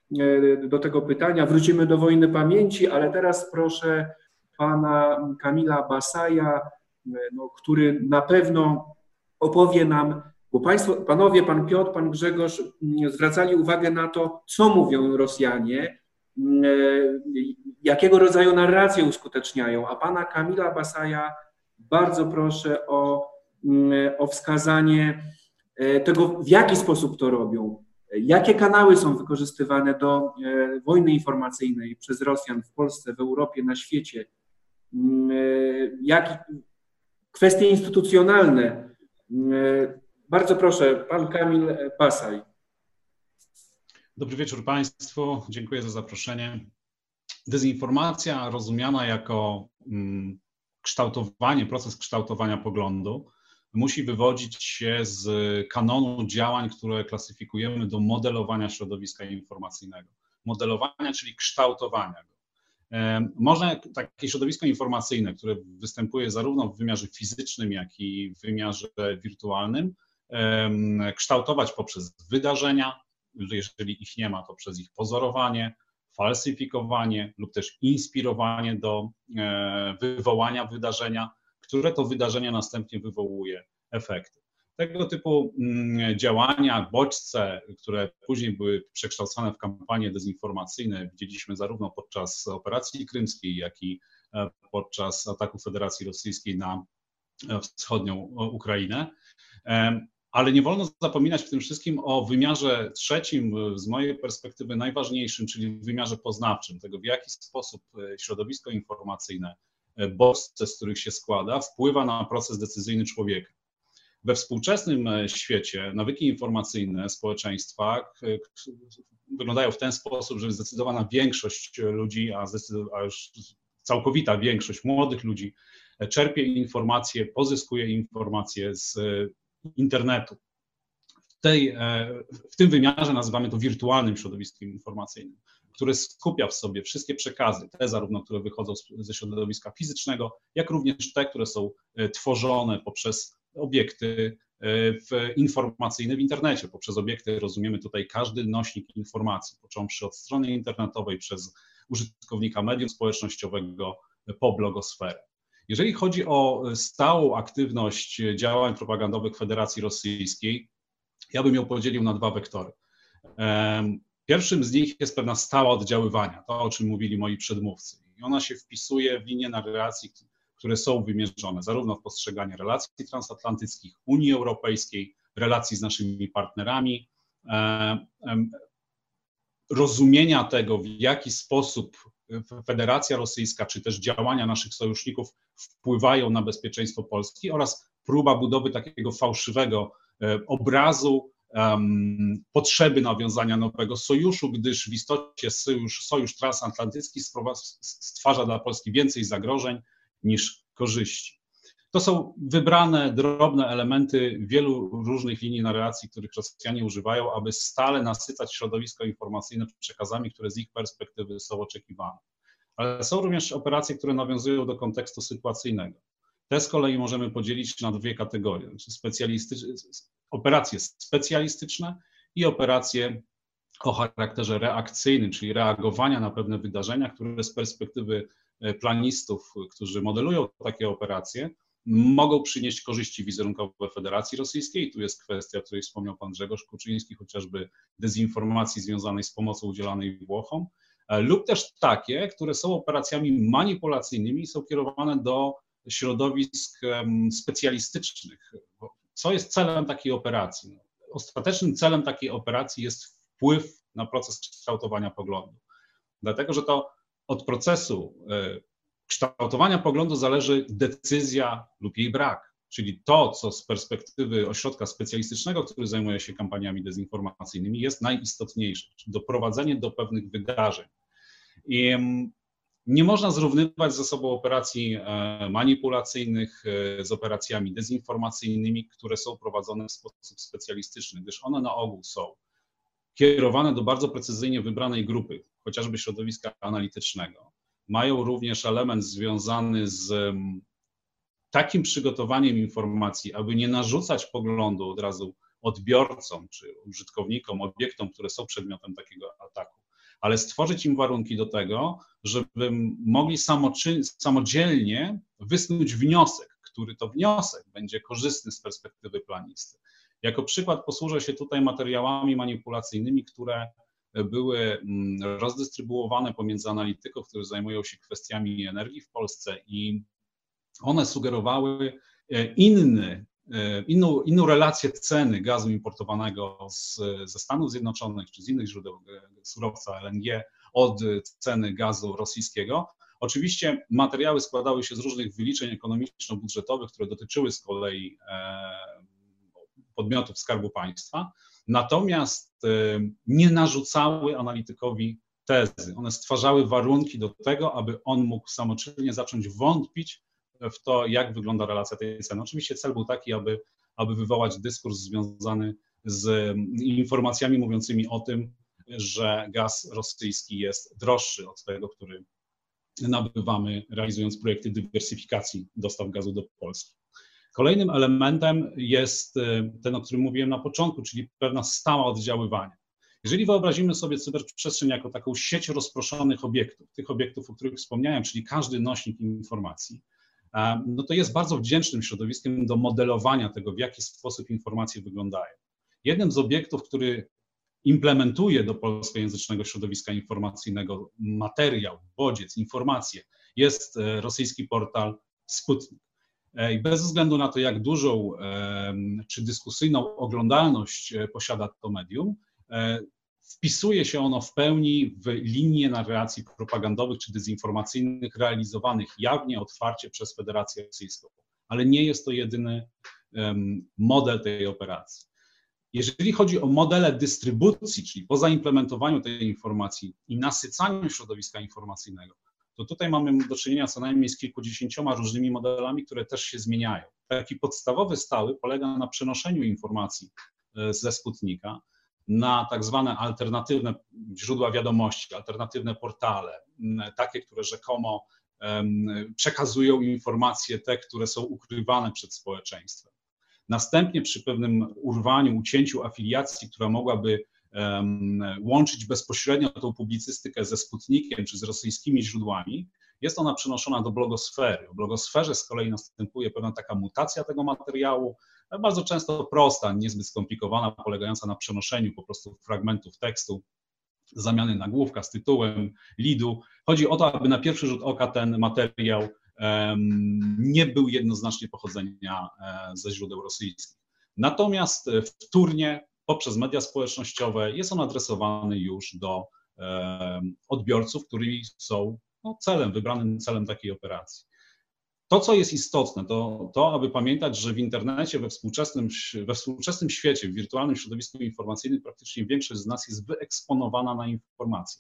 do tego pytania, wrócimy do wojny pamięci, ale teraz proszę pana Kamila Basaja, no, który na pewno opowie nam, bo państwo, panowie, pan Piotr, pan Grzegorz zwracali uwagę na to, co mówią Rosjanie, jakiego rodzaju narracje uskuteczniają, a pana Kamila Basaja bardzo proszę o, o wskazanie tego, w jaki sposób to robią, jakie kanały są wykorzystywane do wojny informacyjnej przez Rosjan w Polsce, w Europie, na świecie, jak kwestie instytucjonalne. Bardzo proszę, pan Kamil Basaj. Dobry wieczór państwu, dziękuję za zaproszenie. Dezinformacja rozumiana jako kształtowanie, proces kształtowania poglądu musi wywodzić się z kanonu działań, które klasyfikujemy do modelowania środowiska informacyjnego. Modelowania, czyli kształtowania go. Można takie środowisko informacyjne, które występuje zarówno w wymiarze fizycznym, jak i w wymiarze wirtualnym, kształtować poprzez wydarzenia, jeżeli ich nie ma, to przez ich pozorowanie, falsyfikowanie lub też inspirowanie do wywołania wydarzenia, które to wydarzenie następnie wywołuje efekty. Tego typu działania, bodźce, które później były przekształcone w kampanie dezinformacyjne, widzieliśmy zarówno podczas operacji krymskiej, jak i podczas ataku Federacji Rosyjskiej na wschodnią Ukrainę. Ale nie wolno zapominać w tym wszystkim o wymiarze trzecim, z mojej perspektywy najważniejszym, czyli wymiarze poznawczym, tego w jaki sposób środowisko informacyjne, bodźce, z których się składa, wpływa na proces decyzyjny człowieka. We współczesnym świecie nawyki informacyjne społeczeństwa wyglądają w ten sposób, że zdecydowana większość ludzi, a, a już całkowita większość młodych ludzi czerpie informacje, pozyskuje informacje z internetu. W, tej, w tym wymiarze nazywamy to wirtualnym środowiskiem informacyjnym, które skupia w sobie wszystkie przekazy, te zarówno, które wychodzą ze środowiska fizycznego, jak również te, które są tworzone poprzez obiekty w informacyjne w internecie. Poprzez obiekty rozumiemy tutaj każdy nośnik informacji, począwszy od strony internetowej, przez użytkownika medium społecznościowego po blogosferę. Jeżeli chodzi o stałą aktywność działań propagandowych Federacji Rosyjskiej, ja bym ją podzielił na dwa wektory. Pierwszym z nich jest pewna stała oddziaływania, to o czym mówili moi przedmówcy. I ona się wpisuje w linię narracji, które są wymierzone zarówno w postrzeganie relacji transatlantyckich, Unii Europejskiej, relacji z naszymi partnerami, rozumienia tego, w jaki sposób Federacja Rosyjska, czy też działania naszych sojuszników wpływają na bezpieczeństwo Polski oraz próba budowy takiego fałszywego obrazu um, potrzeby nawiązania nowego sojuszu, gdyż w istocie sojusz, sojusz transatlantycki stwarza dla Polski więcej zagrożeń niż korzyści. To są wybrane, drobne elementy wielu różnych linii narracji, których Rosjanie używają, aby stale nasycać środowisko informacyjne przekazami, które z ich perspektywy są oczekiwane. Ale są również operacje, które nawiązują do kontekstu sytuacyjnego. Te z kolei możemy podzielić na dwie kategorie, znaczy specjalistyczne, operacje specjalistyczne i operacje o charakterze reakcyjnym, czyli reagowania na pewne wydarzenia, które z perspektywy planistów, którzy modelują takie operacje, mogą przynieść korzyści wizerunkowe Federacji Rosyjskiej. Tu jest kwestia, o której wspomniał pan Grzegorz Kuczyński, chociażby dezinformacji związanej z pomocą udzielanej Włochom, lub też takie, które są operacjami manipulacyjnymi i są kierowane do środowisk specjalistycznych. Co jest celem takiej operacji? Ostatecznym celem takiej operacji jest wpływ na proces kształtowania poglądu. Dlatego, że to od procesu kształtowania poglądu zależy decyzja lub jej brak, czyli to, co z perspektywy ośrodka specjalistycznego, który zajmuje się kampaniami dezinformacyjnymi, jest najistotniejsze, czyli doprowadzenie do pewnych wydarzeń. I nie można zrównywać ze sobą operacji manipulacyjnych z operacjami dezinformacyjnymi, które są prowadzone w sposób specjalistyczny, gdyż one na ogół są kierowane do bardzo precyzyjnie wybranej grupy, chociażby środowiska analitycznego. Mają również element związany z takim przygotowaniem informacji, aby nie narzucać poglądu od razu odbiorcom czy użytkownikom, obiektom, które są przedmiotem takiego ataku, ale stworzyć im warunki do tego, żeby mogli samodzielnie wysnuć wniosek, który to wniosek będzie korzystny z perspektywy planisty. Jako przykład posłużę się tutaj materiałami manipulacyjnymi, które były rozdystrybuowane pomiędzy analityków, którzy zajmują się kwestiami energii w Polsce, i one sugerowały inny, inną, inną relację ceny gazu importowanego z, ze Stanów Zjednoczonych czy z innych źródeł surowca L N G od ceny gazu rosyjskiego. Oczywiście materiały składały się z różnych wyliczeń ekonomiczno-budżetowych, które dotyczyły z kolei podmiotów Skarbu Państwa, natomiast nie narzucały analitykowi tezy. One stwarzały warunki do tego, aby on mógł samoczynnie zacząć wątpić w to, jak wygląda relacja tej ceny. Oczywiście cel był taki, aby, aby wywołać dyskurs związany z informacjami mówiącymi o tym, że gaz rosyjski jest droższy od tego, który nabywamy, realizując projekty dywersyfikacji dostaw gazu do Polski. Kolejnym elementem jest ten, o którym mówiłem na początku, czyli pewna stała oddziaływania. Jeżeli wyobrazimy sobie cyberprzestrzeń jako taką sieć rozproszonych obiektów, tych obiektów, o których wspomniałem, czyli każdy nośnik informacji, no to jest bardzo wdzięcznym środowiskiem do modelowania tego, w jaki sposób informacje wyglądają. Jednym z obiektów, który implementuje do polskojęzycznego środowiska informacyjnego materiał, bodziec, informacje, jest rosyjski portal Sputnik. I bez względu na to, jak dużą czy dyskusyjną oglądalność posiada to medium, wpisuje się ono w pełni w linię narracji propagandowych czy dezinformacyjnych realizowanych jawnie, otwarcie przez Federację Rosyjską. Ale nie jest to jedyny model tej operacji. Jeżeli chodzi o modele dystrybucji, czyli po zaimplementowaniu tej informacji i nasycaniu środowiska informacyjnego, to tutaj mamy do czynienia co najmniej z kilkudziesięcioma różnymi modelami, które też się zmieniają. Taki podstawowy, stały polega na przenoszeniu informacji ze Sputnika na tak zwane alternatywne źródła wiadomości, alternatywne portale, takie, które rzekomo przekazują informacje te, które są ukrywane przed społeczeństwem. Następnie przy pewnym urwaniu, ucięciu afiliacji, która mogłaby łączyć bezpośrednio tą publicystykę ze Sputnikiem czy z rosyjskimi źródłami, jest ona przenoszona do blogosfery. W blogosferze z kolei następuje pewna taka mutacja tego materiału, bardzo często prosta, niezbyt skomplikowana, polegająca na przenoszeniu po prostu fragmentów tekstu, zamiany nagłówka z tytułem, lidu. Chodzi o to, aby na pierwszy rzut oka ten materiał um, nie był jednoznacznie pochodzenia ze źródeł rosyjskich. Natomiast wtórnie poprzez media społecznościowe jest on adresowany już do um, odbiorców, którymi są no, celem, wybranym celem takiej operacji. To, co jest istotne, to to, aby pamiętać, że w internecie, we współczesnym, we współczesnym świecie, w wirtualnym środowisku informacyjnym praktycznie większość z nas jest wyeksponowana na informacje.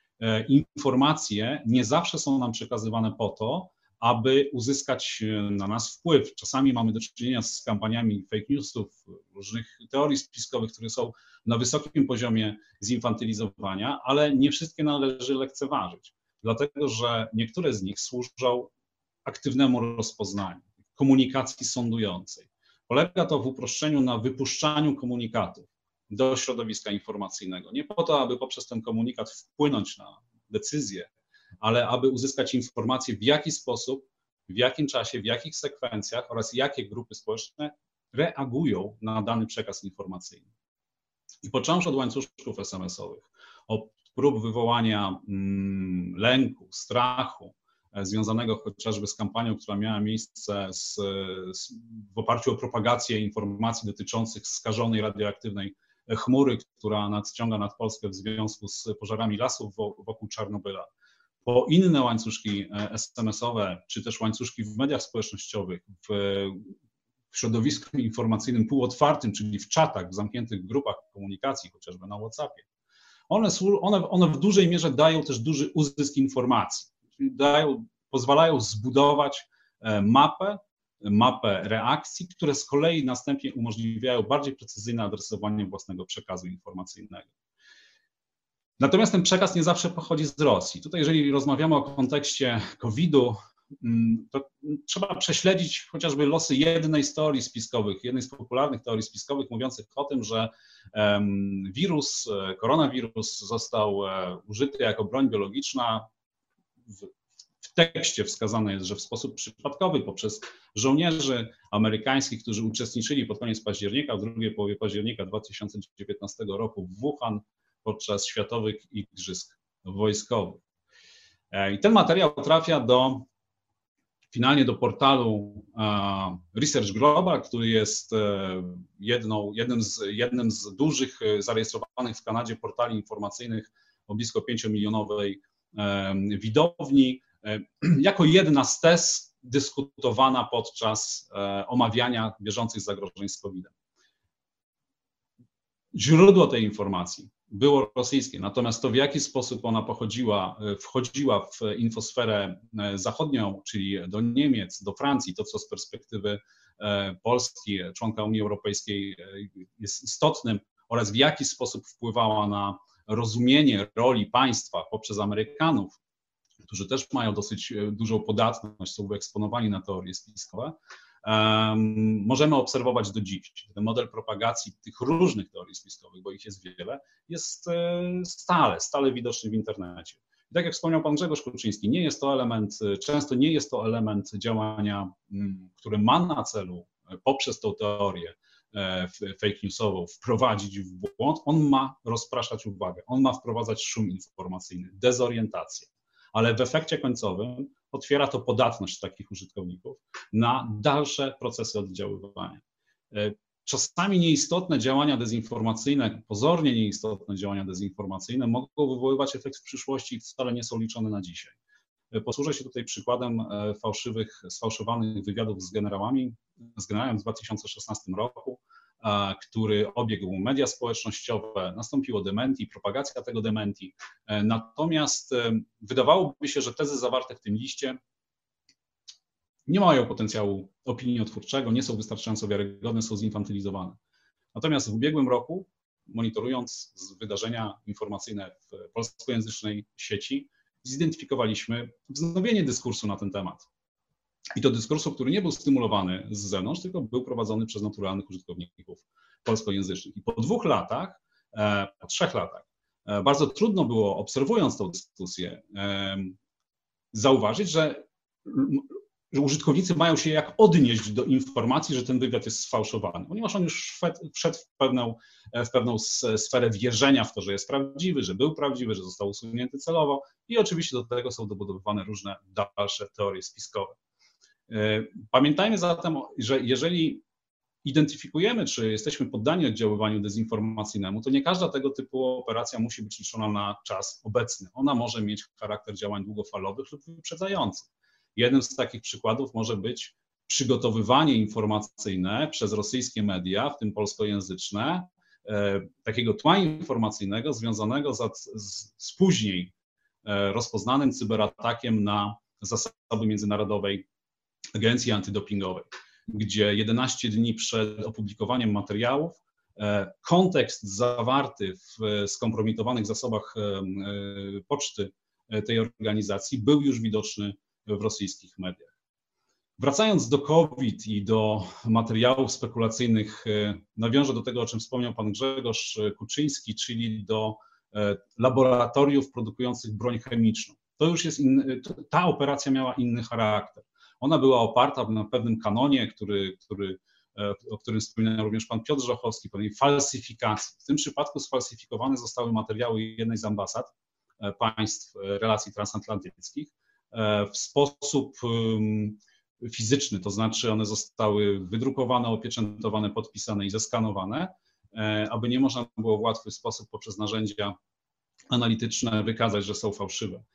Informacje nie zawsze są nam przekazywane po to, aby uzyskać na nas wpływ. Czasami mamy do czynienia z kampaniami fake newsów, różnych teorii spiskowych, które są na wysokim poziomie zinfantylizowania, ale nie wszystkie należy lekceważyć, dlatego że niektóre z nich służą aktywnemu rozpoznaniu, komunikacji sądującej. Polega to w uproszczeniu na wypuszczaniu komunikatów do środowiska informacyjnego. Nie po to, aby poprzez ten komunikat wpłynąć na decyzję, ale aby uzyskać informację, w jaki sposób, w jakim czasie, w jakich sekwencjach oraz jakie grupy społeczne reagują na dany przekaz informacyjny. I począwszy od łańcuszków es em esowych, od prób wywołania mm, lęku, strachu, związanego chociażby z kampanią, która miała miejsce z, z, w oparciu o propagację informacji dotyczących skażonej radioaktywnej chmury, która nadciąga nad Polskę w związku z pożarami lasów wokół Czarnobyla, po inne łańcuszki es em esowe, czy też łańcuszki w mediach społecznościowych, w, w środowisku informacyjnym półotwartym, czyli w czatach, w zamkniętych grupach komunikacji, chociażby na WhatsAppie. One, one, one w dużej mierze dają też duży uzysk informacji. Dają, pozwalają zbudować mapę, mapę reakcji, które z kolei następnie umożliwiają bardziej precyzyjne adresowanie własnego przekazu informacyjnego. Natomiast ten przekaz nie zawsze pochodzi z Rosji. Tutaj, jeżeli rozmawiamy o kontekście kowida, to trzeba prześledzić chociażby losy jednej z teorii spiskowych, jednej z popularnych teorii spiskowych, mówiących o tym, że wirus, koronawirus został użyty jako broń biologiczna. W, w tekście wskazane jest, że w sposób przypadkowy poprzez żołnierzy amerykańskich, którzy uczestniczyli pod koniec października, w drugiej połowie października dwa tysiące dziewiętnastego roku w Wuhan podczas Światowych Igrzysk Wojskowych. I ten materiał trafia do, finalnie do portalu Research Global, który jest jedną, jednym, z, jednym z dużych zarejestrowanych w Kanadzie portali informacyjnych o blisko pięciomilionowej widowni, jako jedna z tez dyskutowana podczas omawiania bieżących zagrożeń z kowidem. Źródło tej informacji było rosyjskie, natomiast to, w jaki sposób ona pochodziła, wchodziła w infosferę zachodnią, czyli do Niemiec, do Francji, to co z perspektywy Polski, członka Unii Europejskiej jest istotnym, oraz w jaki sposób wpływała na rozumienie roli państwa poprzez Amerykanów, którzy też mają dosyć dużą podatność, są wyeksponowani na teorie spiskowe, um, możemy obserwować do dziś. Ten model propagacji tych różnych teorii spiskowych, bo ich jest wiele, jest stale, stale widoczny w internecie. I tak jak wspomniał pan Grzegorz Kruczyński, nie jest to element, często nie jest to element działania, który ma na celu poprzez tą teorię fake newsową wprowadzić w błąd, on ma rozpraszać uwagę, on ma wprowadzać szum informacyjny, dezorientację, ale w efekcie końcowym otwiera to podatność takich użytkowników na dalsze procesy oddziaływania. Czasami nieistotne działania dezinformacyjne, pozornie nieistotne działania dezinformacyjne mogą wywoływać efekt w przyszłości i wcale nie są liczone na dzisiaj. Posłużę się tutaj przykładem fałszywych, sfałszowanych wywiadów z generałami, z generałem w dwa tysiące szesnastym roku, który obiegł media społecznościowe, nastąpiło dementi, propagacja tego dementi. Natomiast wydawałoby się, że tezy zawarte w tym liście nie mają potencjału opiniotwórczego, nie są wystarczająco wiarygodne, są zinfantylizowane. Natomiast w ubiegłym roku, monitorując wydarzenia informacyjne w polskojęzycznej sieci, zidentyfikowaliśmy wznowienie dyskursu na ten temat. I to dyskursu, który nie był stymulowany z zewnątrz, tylko był prowadzony przez naturalnych użytkowników polskojęzycznych. I po dwóch latach, po trzech latach, bardzo trudno było, obserwując tę dyskusję, zauważyć, że że użytkownicy mają się jak odnieść do informacji, że ten wywiad jest sfałszowany, ponieważ on już wszedł w pewną, w pewną sferę wierzenia w to, że jest prawdziwy, że był prawdziwy, że został usunięty celowo i oczywiście do tego są dobudowywane różne dalsze teorie spiskowe. Pamiętajmy zatem, że jeżeli identyfikujemy, czy jesteśmy poddani oddziaływaniu dezinformacyjnemu, to nie każda tego typu operacja musi być liczona na czas obecny. Ona może mieć charakter działań długofalowych lub wyprzedzających. Jednym z takich przykładów może być przygotowywanie informacyjne przez rosyjskie media, w tym polskojęzyczne, takiego tła informacyjnego związanego z, z, z później rozpoznanym cyberatakiem na zasoby międzynarodowej agencji antydopingowej, gdzie jedenaście dni przed opublikowaniem materiałów kontekst zawarty w skompromitowanych zasobach poczty tej organizacji był już widoczny w rosyjskich mediach. Wracając do COVID i do materiałów spekulacyjnych, nawiążę do tego, o czym wspomniał pan Grzegorz Kuczyński, czyli do laboratoriów produkujących broń chemiczną. To już jest inny, ta operacja miała inny charakter. Ona była oparta na pewnym kanonie, który, który, o którym wspominał również pan Piotr Żochowski, pewnej falsyfikacji. W tym przypadku sfalsyfikowane zostały materiały jednej z ambasad państw relacji transatlantyckich w sposób fizyczny, to znaczy one zostały wydrukowane, opieczętowane, podpisane i zeskanowane, aby nie można było w łatwy sposób poprzez narzędzia analityczne wykazać, że są fałszywe.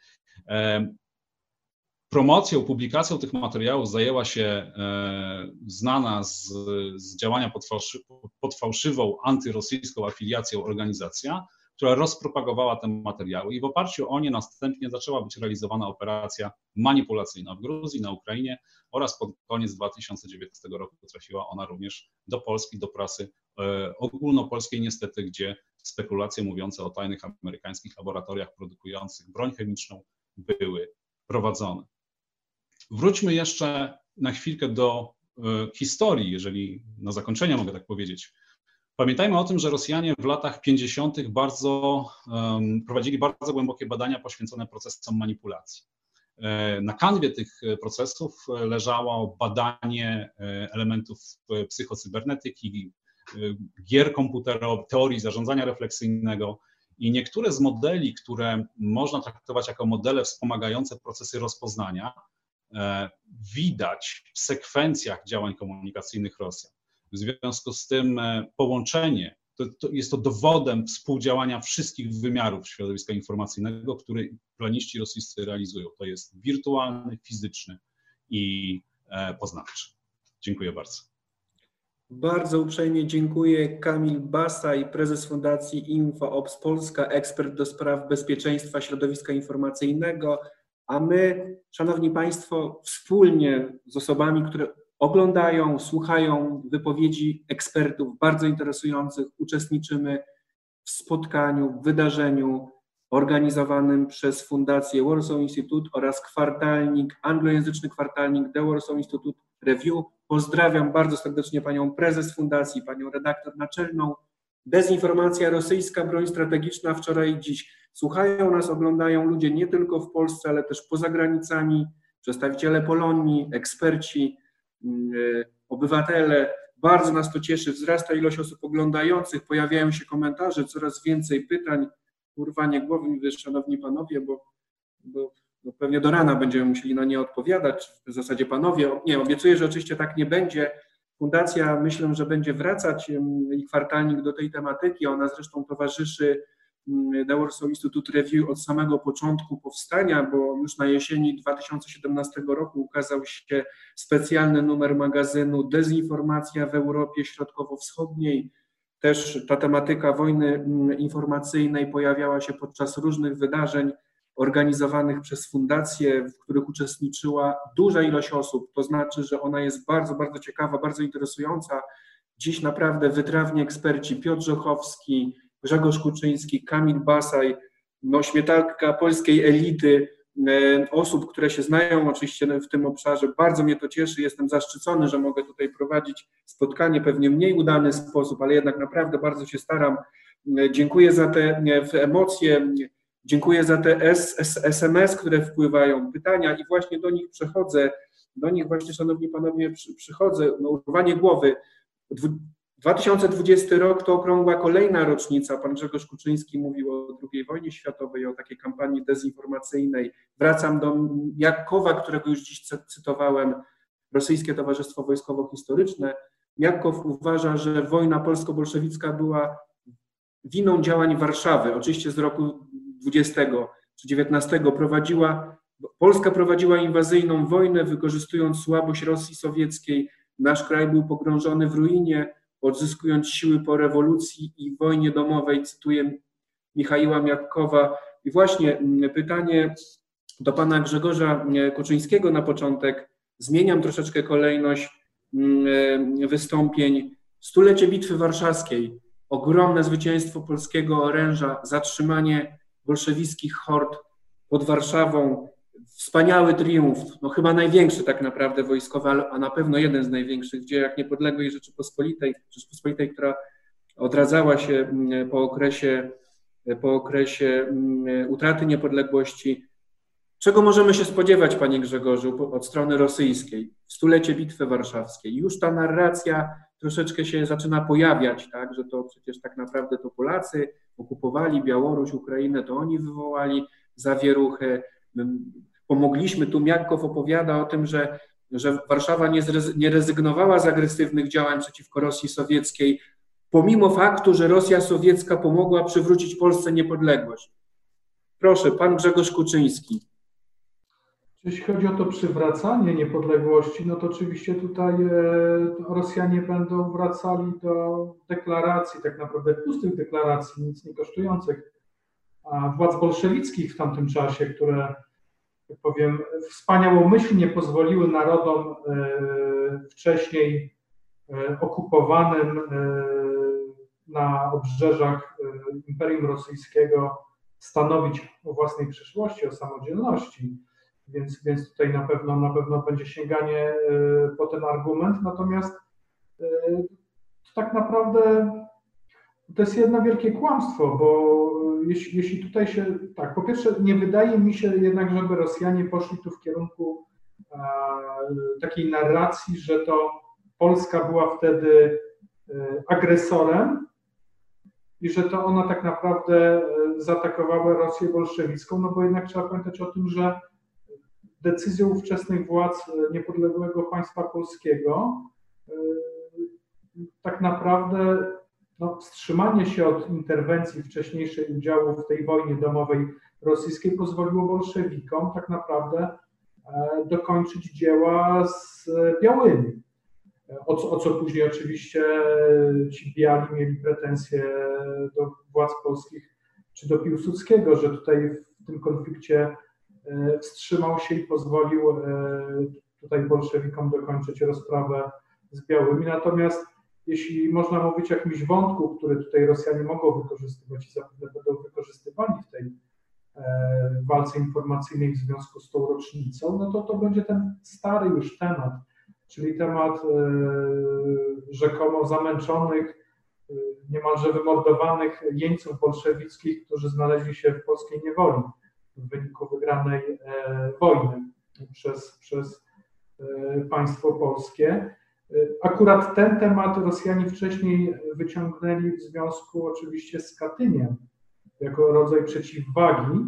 Promocją, publikacją tych materiałów zajęła się znana z, z działania pod, fałszy, pod fałszywą antyrosyjską afiliacją organizacja, która rozpropagowała te materiały i w oparciu o nie następnie zaczęła być realizowana operacja manipulacyjna w Gruzji, na Ukrainie oraz pod koniec dwa tysiące dziewiętnastego roku trafiła ona również do Polski, do prasy e, ogólnopolskiej niestety, gdzie spekulacje mówiące o tajnych amerykańskich laboratoriach produkujących broń chemiczną były prowadzone. Wróćmy jeszcze na chwilkę do e, historii, jeżeli na zakończenie mogę tak powiedzieć. Pamiętajmy o tym, że Rosjanie w latach pięćdziesiątych bardzo um, prowadzili bardzo głębokie badania poświęcone procesom manipulacji. Na kanwie tych procesów leżało badanie elementów psychocybernetyki, gier komputerowych, teorii zarządzania refleksyjnego i niektóre z modeli, które można traktować jako modele wspomagające procesy rozpoznania, widać w sekwencjach działań komunikacyjnych Rosjan. W związku z tym połączenie, to, to jest to dowodem współdziałania wszystkich wymiarów środowiska informacyjnego, który planiści rosyjscy realizują. To jest wirtualny, fizyczny i poznawczy. Dziękuję bardzo. Bardzo uprzejmie dziękuję. Kamil Basaj, prezes Fundacji InfoOps Polska, ekspert do spraw bezpieczeństwa środowiska informacyjnego, a my, szanowni państwo, wspólnie z osobami, które oglądają, słuchają wypowiedzi ekspertów bardzo interesujących, uczestniczymy w spotkaniu, w wydarzeniu organizowanym przez Fundację Warsaw Institute oraz kwartalnik, anglojęzyczny kwartalnik The Warsaw Institute Review. Pozdrawiam bardzo serdecznie panią prezes fundacji, panią redaktor naczelną. Dezinformacja rosyjska, broń strategiczna wczoraj i dziś. Słuchają nas, oglądają ludzie nie tylko w Polsce, ale też poza granicami, przedstawiciele Polonii, eksperci, obywatele. Bardzo nas to cieszy, wzrasta ilość osób oglądających, pojawiają się komentarze, coraz więcej pytań, urwanie głowy mi wiesz, szanowni panowie, bo, bo, bo pewnie do rana będziemy musieli na nie odpowiadać, w zasadzie panowie, nie, obiecuję, że oczywiście tak nie będzie. Fundacja myślę, że będzie wracać i kwartalnik do tej tematyki, ona zresztą towarzyszy The Warsaw Institute Review od samego początku powstania, bo już na jesieni dwa tysiące siedemnastego roku ukazał się specjalny numer magazynu Dezinformacja w Europie Środkowo-Wschodniej. Też ta tematyka wojny informacyjnej pojawiała się podczas różnych wydarzeń organizowanych przez fundacje, w których uczestniczyła duża ilość osób. To znaczy, że ona jest bardzo, bardzo ciekawa, bardzo interesująca. Dziś naprawdę wytrawni eksperci Piotr Żochowski, Grzegorz Kuczyński, Kamil Basaj, no śmietanka polskiej elity, osób, które się znają oczywiście w tym obszarze. Bardzo mnie to cieszy, jestem zaszczycony, że mogę tutaj prowadzić spotkanie, pewnie w mniej udany sposób, ale jednak naprawdę bardzo się staram. Dziękuję za te emocje, dziękuję za te es em es, które wpływają, pytania i właśnie do nich przechodzę, do nich właśnie, szanowni panowie, przychodzę, no urwanie głowy. dwa tysiące dwudziesty rok to okrągła kolejna rocznica. Pan Grzegorz Kuczyński mówił o drugiej wojnie światowej, o takiej kampanii dezinformacyjnej. Wracam do Miakowa, którego już dziś cytowałem, Rosyjskie Towarzystwo Wojskowo-Historyczne. Miakow uważa, że wojna polsko-bolszewicka była winą działań Warszawy, oczywiście z roku dwudziestego czy dziewiętnastego. Prowadziła, Polska prowadziła inwazyjną wojnę, wykorzystując słabość Rosji sowieckiej. Nasz kraj był pogrążony w ruinie, odzyskując siły po rewolucji i wojnie domowej, cytuję Michaiła Miakowa. I właśnie pytanie do pana Grzegorza Kuczyńskiego na początek. Zmieniam troszeczkę kolejność wystąpień. Stulecie Bitwy Warszawskiej, ogromne zwycięstwo polskiego oręża, zatrzymanie bolszewickich hord pod Warszawą, wspaniały triumf, no chyba największy tak naprawdę wojskowy, a na pewno jeden z największych w dziejach niepodległej Rzeczypospolitej, Rzeczypospolitej, która odradzała się po okresie, po okresie utraty niepodległości. Czego możemy się spodziewać, panie Grzegorzu, od strony rosyjskiej w stulecie Bitwy Warszawskiej? Już ta narracja troszeczkę się zaczyna pojawiać, tak, że to przecież tak naprawdę to Polacy okupowali Białoruś, Ukrainę, to oni wywołali zawieruchę. Pomogliśmy, tu Miakow opowiada o tym, że, że Warszawa nie, zrez, nie rezygnowała z agresywnych działań przeciwko Rosji sowieckiej, pomimo faktu, że Rosja sowiecka pomogła przywrócić Polsce niepodległość. Proszę, pan Grzegorz Kuczyński. Jeśli chodzi o to przywracanie niepodległości, no to oczywiście tutaj Rosjanie będą wracali do deklaracji, tak naprawdę pustych deklaracji, nic nie kosztujących, a władz bolszewickich w tamtym czasie, które, jak powiem, wspaniałomyślnie pozwoliły narodom wcześniej okupowanym na obrzeżach Imperium Rosyjskiego stanowić o własnej przyszłości, o samodzielności. Więc, więc tutaj na pewno, na pewno będzie sięganie po ten argument. Natomiast tak naprawdę to jest jedno wielkie kłamstwo, bo jeśli, jeśli tutaj się, tak, po pierwsze nie wydaje mi się jednak, żeby Rosjanie poszli tu w kierunku e, takiej narracji, że to Polska była wtedy e, agresorem i że to ona tak naprawdę zaatakowała Rosję bolszewicką, no bo jednak trzeba pamiętać o tym, że decyzją ówczesnych władz niepodległego państwa polskiego e, tak naprawdę no, wstrzymanie się od interwencji wcześniejszej udziału w tej wojnie domowej rosyjskiej pozwoliło bolszewikom tak naprawdę e, dokończyć dzieła z białymi. O co, o co później oczywiście ci biali mieli pretensje do władz polskich czy do Piłsudskiego, że tutaj w tym konflikcie e, wstrzymał się i pozwolił e, tutaj bolszewikom dokończyć rozprawę z białymi. Natomiast jeśli można mówić o jakimś wątku, który tutaj Rosjanie mogą wykorzystywać i zapewne będą wykorzystywani w tej e, walce informacyjnej w związku z tą rocznicą, no to to będzie ten stary już temat, czyli temat e, rzekomo zamęczonych, e, niemalże wymordowanych jeńców bolszewickich, którzy znaleźli się w polskiej niewoli w wyniku wygranej e, wojny przez, przez e, państwo polskie. Akurat ten temat Rosjanie wcześniej wyciągnęli w związku oczywiście z Katyniem jako rodzaj przeciwwagi.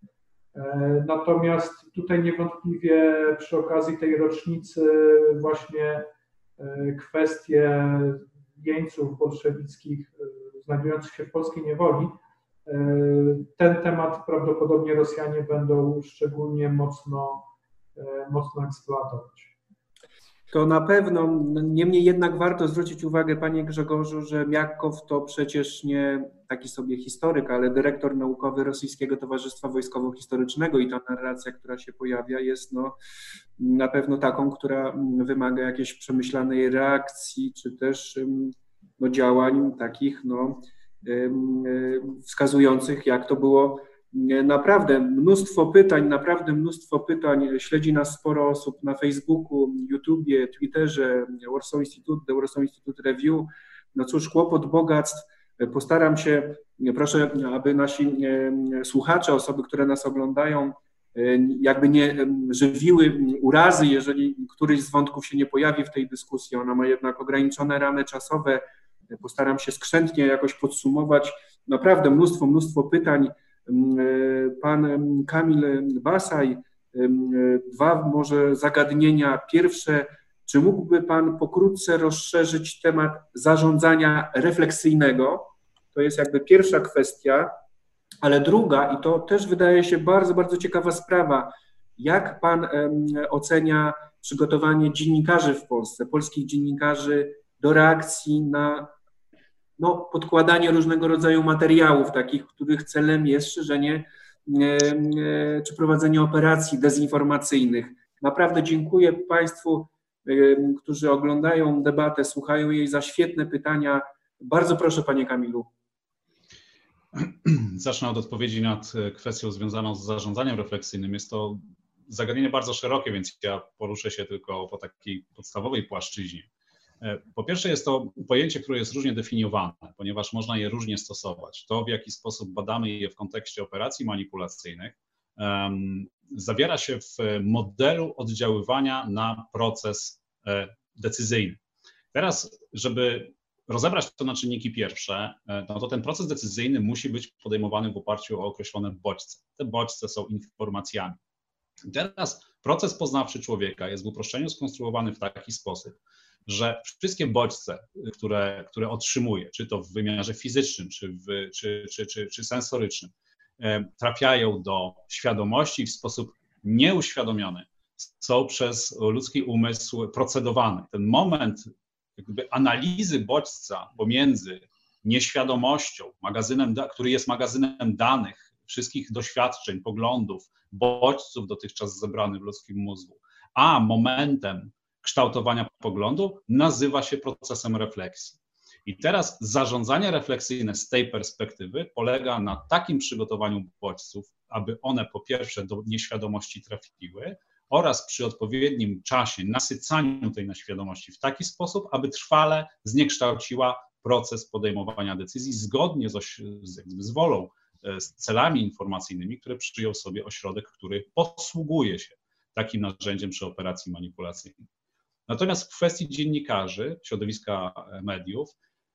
Natomiast tutaj niewątpliwie przy okazji tej rocznicy właśnie kwestie jeńców bolszewickich znajdujących się w polskiej niewoli ten temat prawdopodobnie Rosjanie będą szczególnie mocno, mocno eksploatować. To na pewno, niemniej jednak warto zwrócić uwagę, panie Grzegorzu, że Miakow to przecież nie taki sobie historyk, ale dyrektor naukowy Rosyjskiego Towarzystwa Wojskowo-Historycznego i ta narracja, która się pojawia, jest no, na pewno taką, która wymaga jakiejś przemyślanej reakcji, czy też no, działań takich no, wskazujących, jak to było. Naprawdę mnóstwo pytań, naprawdę mnóstwo pytań. Śledzi nas sporo osób na Facebooku, YouTubie, Twitterze, Warsaw Institute, The Warsaw Institute Review. No cóż, kłopot bogactw. Postaram się, proszę, aby nasi słuchacze, osoby, które nas oglądają, jakby nie żywiły urazy, jeżeli któryś z wątków się nie pojawi w tej dyskusji. Ona ma jednak ograniczone ramy czasowe. Postaram się skrzętnie jakoś podsumować. Naprawdę mnóstwo, mnóstwo pytań. Pan Kamil Basaj, dwa może zagadnienia. Pierwsze, czy mógłby Pan pokrótce rozszerzyć temat zarządzania refleksyjnego? To jest jakby pierwsza kwestia, ale druga, i to też wydaje się bardzo, bardzo ciekawa sprawa, jak Pan ocenia przygotowanie dziennikarzy w Polsce, polskich dziennikarzy do reakcji na no, podkładanie różnego rodzaju materiałów, takich, których celem jest szerzenie czy prowadzenie operacji dezinformacyjnych. Naprawdę dziękuję Państwu, którzy oglądają debatę, słuchają jej, za świetne pytania. Bardzo proszę, panie Kamilu. Zacznę od odpowiedzi nad kwestią związaną z zarządzaniem refleksyjnym. Jest to zagadnienie bardzo szerokie, więc ja poruszę się tylko po takiej podstawowej płaszczyźnie. Po pierwsze, jest to pojęcie, które jest różnie definiowane, ponieważ można je różnie stosować. To, w jaki sposób badamy je w kontekście operacji manipulacyjnych, um, zawiera się w modelu oddziaływania na proces e, decyzyjny. Teraz, żeby rozebrać to na czynniki pierwsze, no to ten proces decyzyjny musi być podejmowany w oparciu o określone bodźce. Te bodźce są informacjami. Teraz proces poznawczy człowieka jest w uproszczeniu skonstruowany w taki sposób, że wszystkie bodźce, które, które otrzymuje, czy to w wymiarze fizycznym, czy, w, czy, czy, czy, czy sensorycznym, trafiają do świadomości w sposób nieuświadomiony, są przez ludzki umysł procedowane. Ten moment jakby analizy bodźca pomiędzy nieświadomością, magazynem, który jest magazynem danych, wszystkich doświadczeń, poglądów, bodźców dotychczas zebranych w ludzkim mózgu, a momentem kształtowania poglądu nazywa się procesem refleksji. I teraz zarządzanie refleksyjne z tej perspektywy polega na takim przygotowaniu bodźców, aby one po pierwsze do nieświadomości trafiły oraz przy odpowiednim czasie nasycaniu tej nieświadomości w taki sposób, aby trwale zniekształciła proces podejmowania decyzji zgodnie z, z, z wolą, z celami informacyjnymi, które przyjął sobie ośrodek, który posługuje się takim narzędziem przy operacji manipulacyjnej. Natomiast w kwestii dziennikarzy, środowiska mediów,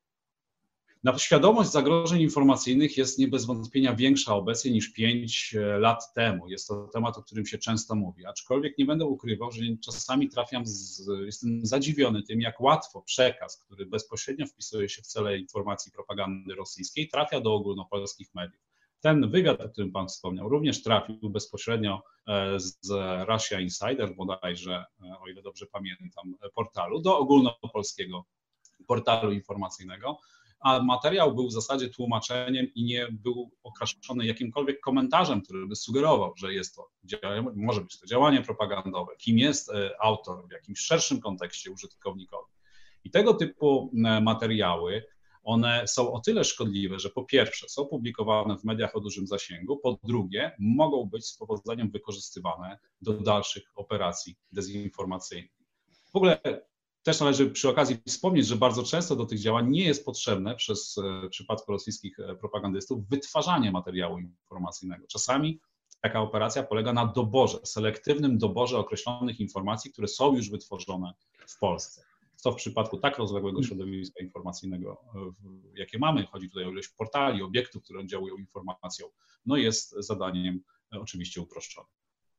na świadomość zagrożeń informacyjnych jest nie bez wątpienia większa obecnie niż pięć lat temu. Jest to temat, o którym się często mówi, aczkolwiek nie będę ukrywał, że czasami trafiam, z, jestem zadziwiony tym, jak łatwo przekaz, który bezpośrednio wpisuje się w cele informacji propagandy rosyjskiej, trafia do ogólnopolskich mediów. Ten wywiad, o którym Pan wspomniał, również trafił bezpośrednio z Russia Insider, bodajże, o ile dobrze pamiętam, portalu, do ogólnopolskiego portalu informacyjnego, a materiał był w zasadzie tłumaczeniem i nie był okraszony jakimkolwiek komentarzem, który by sugerował, że jest to, może być to działanie propagandowe, kim jest autor w jakimś szerszym kontekście użytkownikowi. I tego typu materiały, one są o tyle szkodliwe, że po pierwsze są publikowane w mediach o dużym zasięgu, po drugie mogą być z powodzeniem wykorzystywane do dalszych operacji dezinformacyjnych. W ogóle też należy przy okazji wspomnieć, że bardzo często do tych działań nie jest potrzebne przez w przypadku rosyjskich propagandystów wytwarzanie materiału informacyjnego. Czasami taka operacja polega na doborze, selektywnym doborze określonych informacji, które są już wytworzone w Polsce. Co w przypadku tak rozległego środowiska informacyjnego, jakie mamy, chodzi tutaj o ilość portali, obiektów, które oddziałują informacją, no jest zadaniem oczywiście uproszczonym.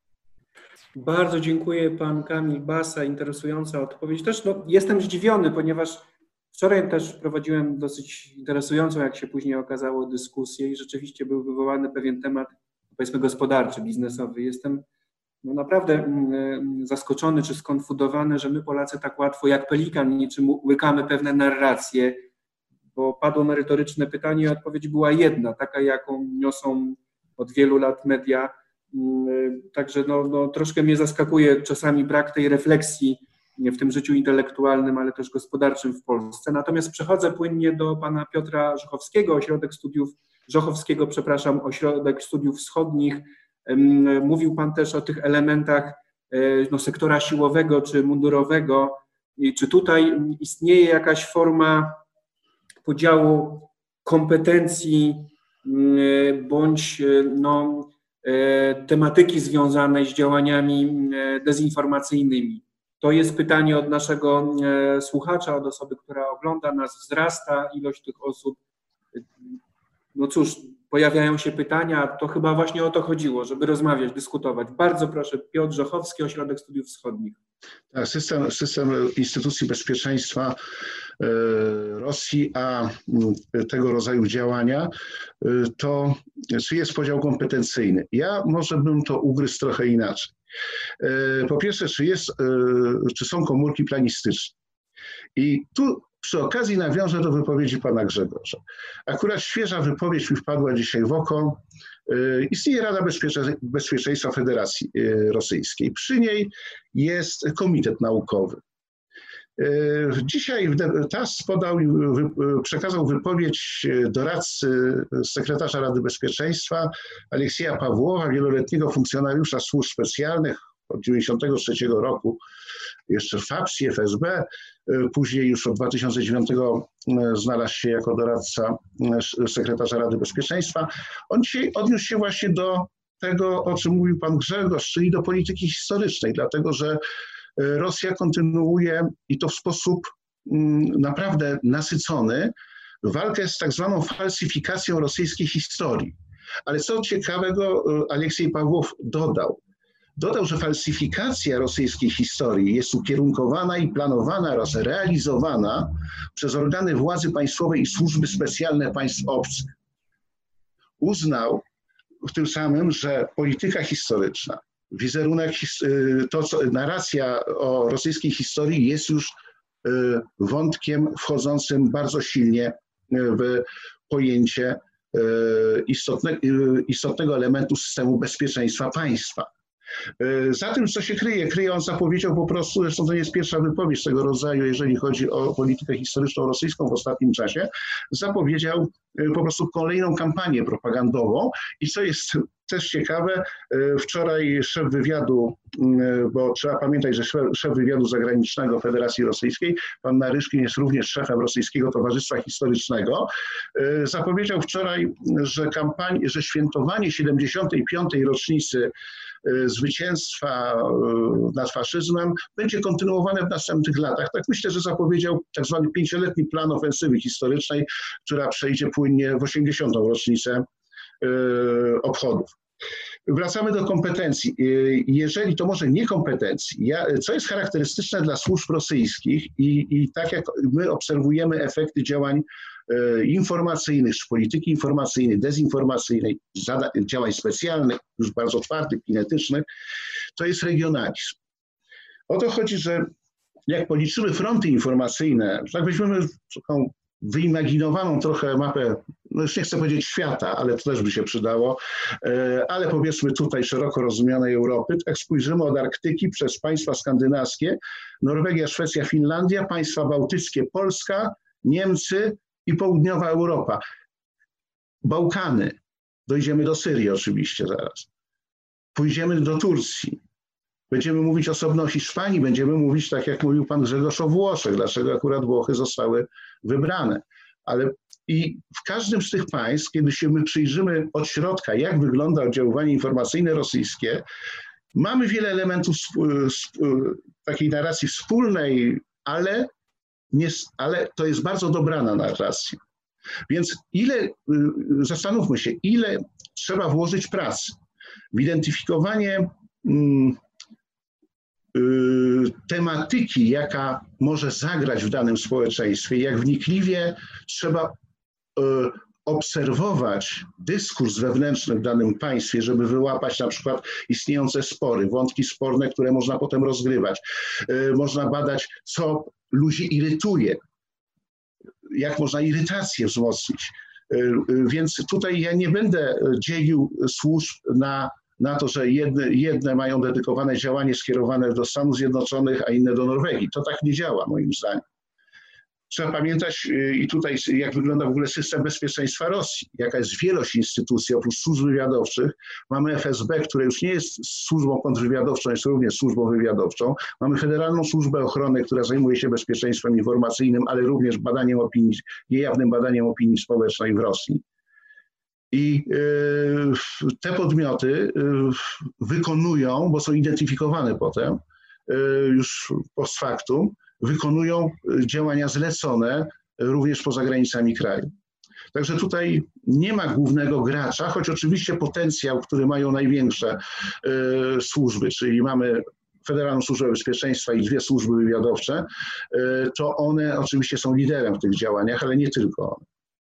Bardzo dziękuję, pan Kamil Basa, interesująca odpowiedź. Też no, jestem zdziwiony, ponieważ Wczoraj też prowadziłem dosyć interesującą, jak się później okazało, dyskusję i rzeczywiście był wywołany pewien temat, powiedzmy, gospodarczy, biznesowy. Jestem no naprawdę zaskoczony czy skonfudowany, że my Polacy tak łatwo jak pelikan niczym łykamy pewne narracje, bo padło merytoryczne pytanie i odpowiedź była jedna, taka jaką niosą od wielu lat media. Także no, no, troszkę mnie zaskakuje czasami brak tej refleksji w tym życiu intelektualnym, ale też gospodarczym w Polsce. Natomiast przechodzę płynnie do pana Piotra Żochowskiego, Ośrodek Studiów, Żochowskiego, przepraszam, Ośrodek Studiów Wschodnich. Mówił pan też o tych elementach no, sektora siłowego czy mundurowego. I czy tutaj istnieje jakaś forma podziału kompetencji bądź no, tematyki związanej z działaniami dezinformacyjnymi? To jest pytanie od naszego słuchacza, od osoby, która ogląda nas. Wzrasta ilość tych osób. No cóż, pojawiają się pytania, to chyba właśnie o to chodziło, żeby rozmawiać, dyskutować. Bardzo proszę, Piotr Żochowski, Ośrodek Studiów Wschodnich. Tak, system, system instytucji bezpieczeństwa Rosji, a tego rodzaju działania, to czy jest podział kompetencyjny? Ja może bym to ugryzł trochę inaczej. Po pierwsze, czy, jest, czy są komórki planistyczne? I tu przy okazji nawiążę do wypowiedzi pana Grzegorza. Akurat świeża wypowiedź mi wpadła dzisiaj w oko. Istnieje Rada Bezpieczeństwa Federacji Rosyjskiej. Przy niej jest komitet naukowy. Dzisiaj TASS podał, przekazał wypowiedź doradcy sekretarza Rady Bezpieczeństwa Aleksieja Pawłowa, wieloletniego funkcjonariusza służb specjalnych od dziewięćdziesiątego trzeciego roku, jeszcze w FAPS i F S B, później już od dwa tysiące dziewiątego znalazł się jako doradca sekretarza Rady Bezpieczeństwa. On dzisiaj odniósł się właśnie do tego, o czym mówił pan Grzegorz, czyli do polityki historycznej, dlatego że Rosja kontynuuje, i to w sposób naprawdę nasycony, walkę z tak zwaną falsyfikacją rosyjskiej historii. Ale co ciekawego Aleksiej Pawłow dodał? Dodał, że falsyfikacja rosyjskiej historii jest ukierunkowana i planowana oraz realizowana przez organy władzy państwowej i służby specjalne państw obcych. Uznał w tym samym, że polityka historyczna, wizerunek, to co, narracja o rosyjskiej historii jest już wątkiem wchodzącym bardzo silnie w pojęcie istotne, istotnego elementu systemu bezpieczeństwa państwa. Za tym, co się kryje? Kryje, on zapowiedział po prostu, zresztą to nie jest pierwsza wypowiedź tego rodzaju, jeżeli chodzi o politykę historyczną rosyjską w ostatnim czasie, zapowiedział po prostu kolejną kampanię propagandową i co jest też ciekawe, wczoraj szef wywiadu, bo trzeba pamiętać, że szef wywiadu zagranicznego Federacji Rosyjskiej, pan Naryszkin, jest również szefem Rosyjskiego Towarzystwa Historycznego, zapowiedział wczoraj, że kampania, że świętowanie siedemdziesiątej piątej rocznicy zwycięstwa nad faszyzmem będzie kontynuowane w następnych latach. Tak myślę, że zapowiedział tak zwany pięcioletni plan ofensywy historycznej, która przejdzie płynnie w osiemdziesiątą rocznicę obchodów. Wracamy do kompetencji. Jeżeli to może nie kompetencji, ja, co jest charakterystyczne dla służb rosyjskich i, i tak jak my obserwujemy efekty działań informacyjnych, czy polityki informacyjnej, dezinformacyjnej, działań specjalnych, już bardzo twardych, kinetycznych, to jest regionalizm. O to chodzi, że jak policzymy fronty informacyjne, tak weźmiemy taką wyimaginowaną trochę mapę, no już nie chcę powiedzieć świata, ale to też by się przydało, ale powiedzmy tutaj szeroko rozumianej Europy, tak spojrzymy od Arktyki przez państwa skandynawskie, Norwegia, Szwecja, Finlandia, państwa bałtyckie, Polska, Niemcy i południowa Europa. Bałkany, dojdziemy do Syrii oczywiście zaraz. Pójdziemy do Turcji. Będziemy mówić osobno o Hiszpanii, będziemy mówić, tak jak mówił pan Grzegorz, o Włoszech, dlaczego akurat Włochy zostały wybrane. Ale i w każdym z tych państw, kiedy się my przyjrzymy od środka, jak wygląda oddziaływanie informacyjne rosyjskie, mamy wiele elementów takiej narracji wspólnej, ale, nie, ale to jest bardzo dobrana narracja. Więc ile, zastanówmy się, ile trzeba włożyć pracy w identyfikowanie tematyki, jaka może zagrać w danym społeczeństwie, jak wnikliwie trzeba obserwować dyskurs wewnętrzny w danym państwie, żeby wyłapać na przykład istniejące spory, wątki sporne, które można potem rozgrywać. Można badać, co ludzi irytuje, jak można irytację wzmocnić. Więc tutaj ja nie będę dzielił służb na, na to, że jedne, jedne mają dedykowane działanie skierowane do Stanów Zjednoczonych, a inne do Norwegii. To tak nie działa moim zdaniem. Trzeba pamiętać i tutaj, jak wygląda w ogóle system bezpieczeństwa Rosji, jaka jest wielość instytucji, oprócz służb wywiadowczych. Mamy F S B, które już nie jest służbą kontrwywiadowczą, jest również służbą wywiadowczą. Mamy Federalną Służbę Ochrony, która zajmuje się bezpieczeństwem informacyjnym, ale również badaniem opinii, niejawnym badaniem opinii społecznej w Rosji. I te podmioty wykonują, bo są identyfikowane potem, już post factum, wykonują działania zlecone również poza granicami kraju. Także tutaj nie ma głównego gracza, choć oczywiście potencjał, który mają największe służby, czyli mamy Federalną Służbę Bezpieczeństwa i dwie służby wywiadowcze, to one oczywiście są liderem w tych działaniach, ale nie tylko one.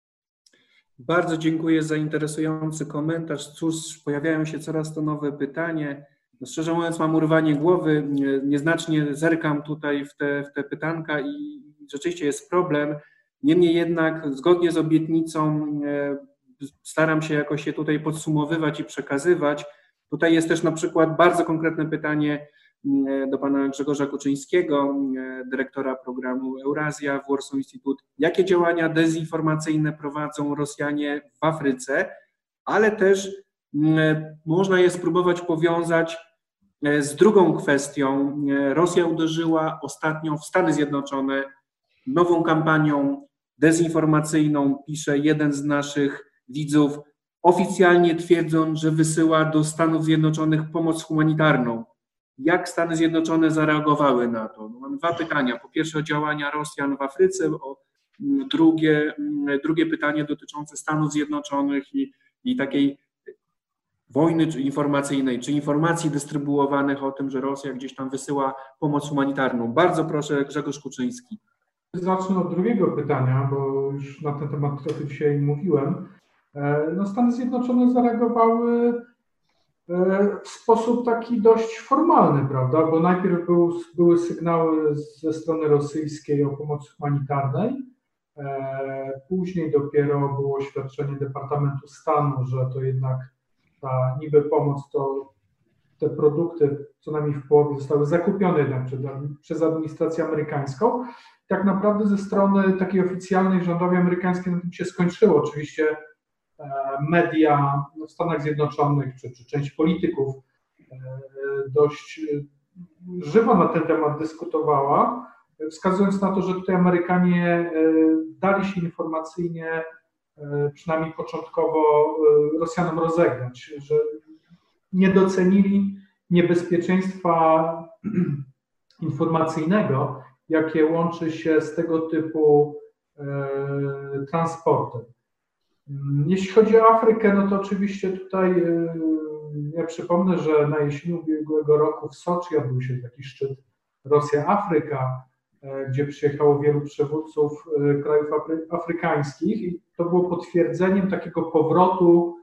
Bardzo dziękuję za interesujący komentarz. Cóż, pojawiają się coraz to nowe pytanie. No szczerze mówiąc, mam urwanie głowy, nieznacznie zerkam tutaj w te, w te pytanka i rzeczywiście jest problem. Niemniej jednak zgodnie z obietnicą staram się jakoś się tutaj podsumowywać i przekazywać. Tutaj jest też na przykład bardzo konkretne pytanie do pana Grzegorza Kuczyńskiego, dyrektora programu Eurazja w Warsaw Institute. Jakie działania dezinformacyjne prowadzą Rosjanie w Afryce, ale też można je spróbować powiązać z drugą kwestią. Rosja uderzyła ostatnio w Stany Zjednoczone nową kampanią dezinformacyjną, pisze jeden z naszych widzów, oficjalnie twierdząc, że wysyła do Stanów Zjednoczonych pomoc humanitarną. Jak Stany Zjednoczone zareagowały na to? No, mam dwa pytania. Po pierwsze o działania Rosjan w Afryce, o drugie, drugie pytanie dotyczące Stanów Zjednoczonych i, i takiej wojny informacyjnej, czy informacji dystrybuowanych o tym, że Rosja gdzieś tam wysyła pomoc humanitarną. Bardzo proszę, Grzegorz Kuczyński. Zacznę od drugiego pytania, bo już na ten temat trochę dzisiaj mówiłem. No, Stany Zjednoczone zareagowały w sposób taki dość formalny, prawda? Bo najpierw był, były sygnały ze strony rosyjskiej o pomocy humanitarnej, później dopiero było oświadczenie Departamentu Stanu, że to jednak ta niby pomoc, to te produkty co najmniej w połowie zostały zakupione jednak przed, przez administrację amerykańską. Tak naprawdę ze strony takiej oficjalnej, rządowej amerykańskiej na tym się skończyło. Oczywiście media w Stanach Zjednoczonych czy, czy część polityków dość żywo na ten temat dyskutowała, wskazując na to, że tutaj Amerykanie dali się informacyjnie, przynajmniej początkowo, Rosjanom rozegrać, że nie docenili niebezpieczeństwa informacyjnego, jakie łączy się z tego typu transportem. Jeśli chodzi o Afrykę, no to oczywiście tutaj ja przypomnę, że na jesieni ubiegłego roku w Soczi odbył się taki szczyt Rosja-Afryka, gdzie przyjechało wielu przywódców krajów afrykańskich i to było potwierdzeniem takiego powrotu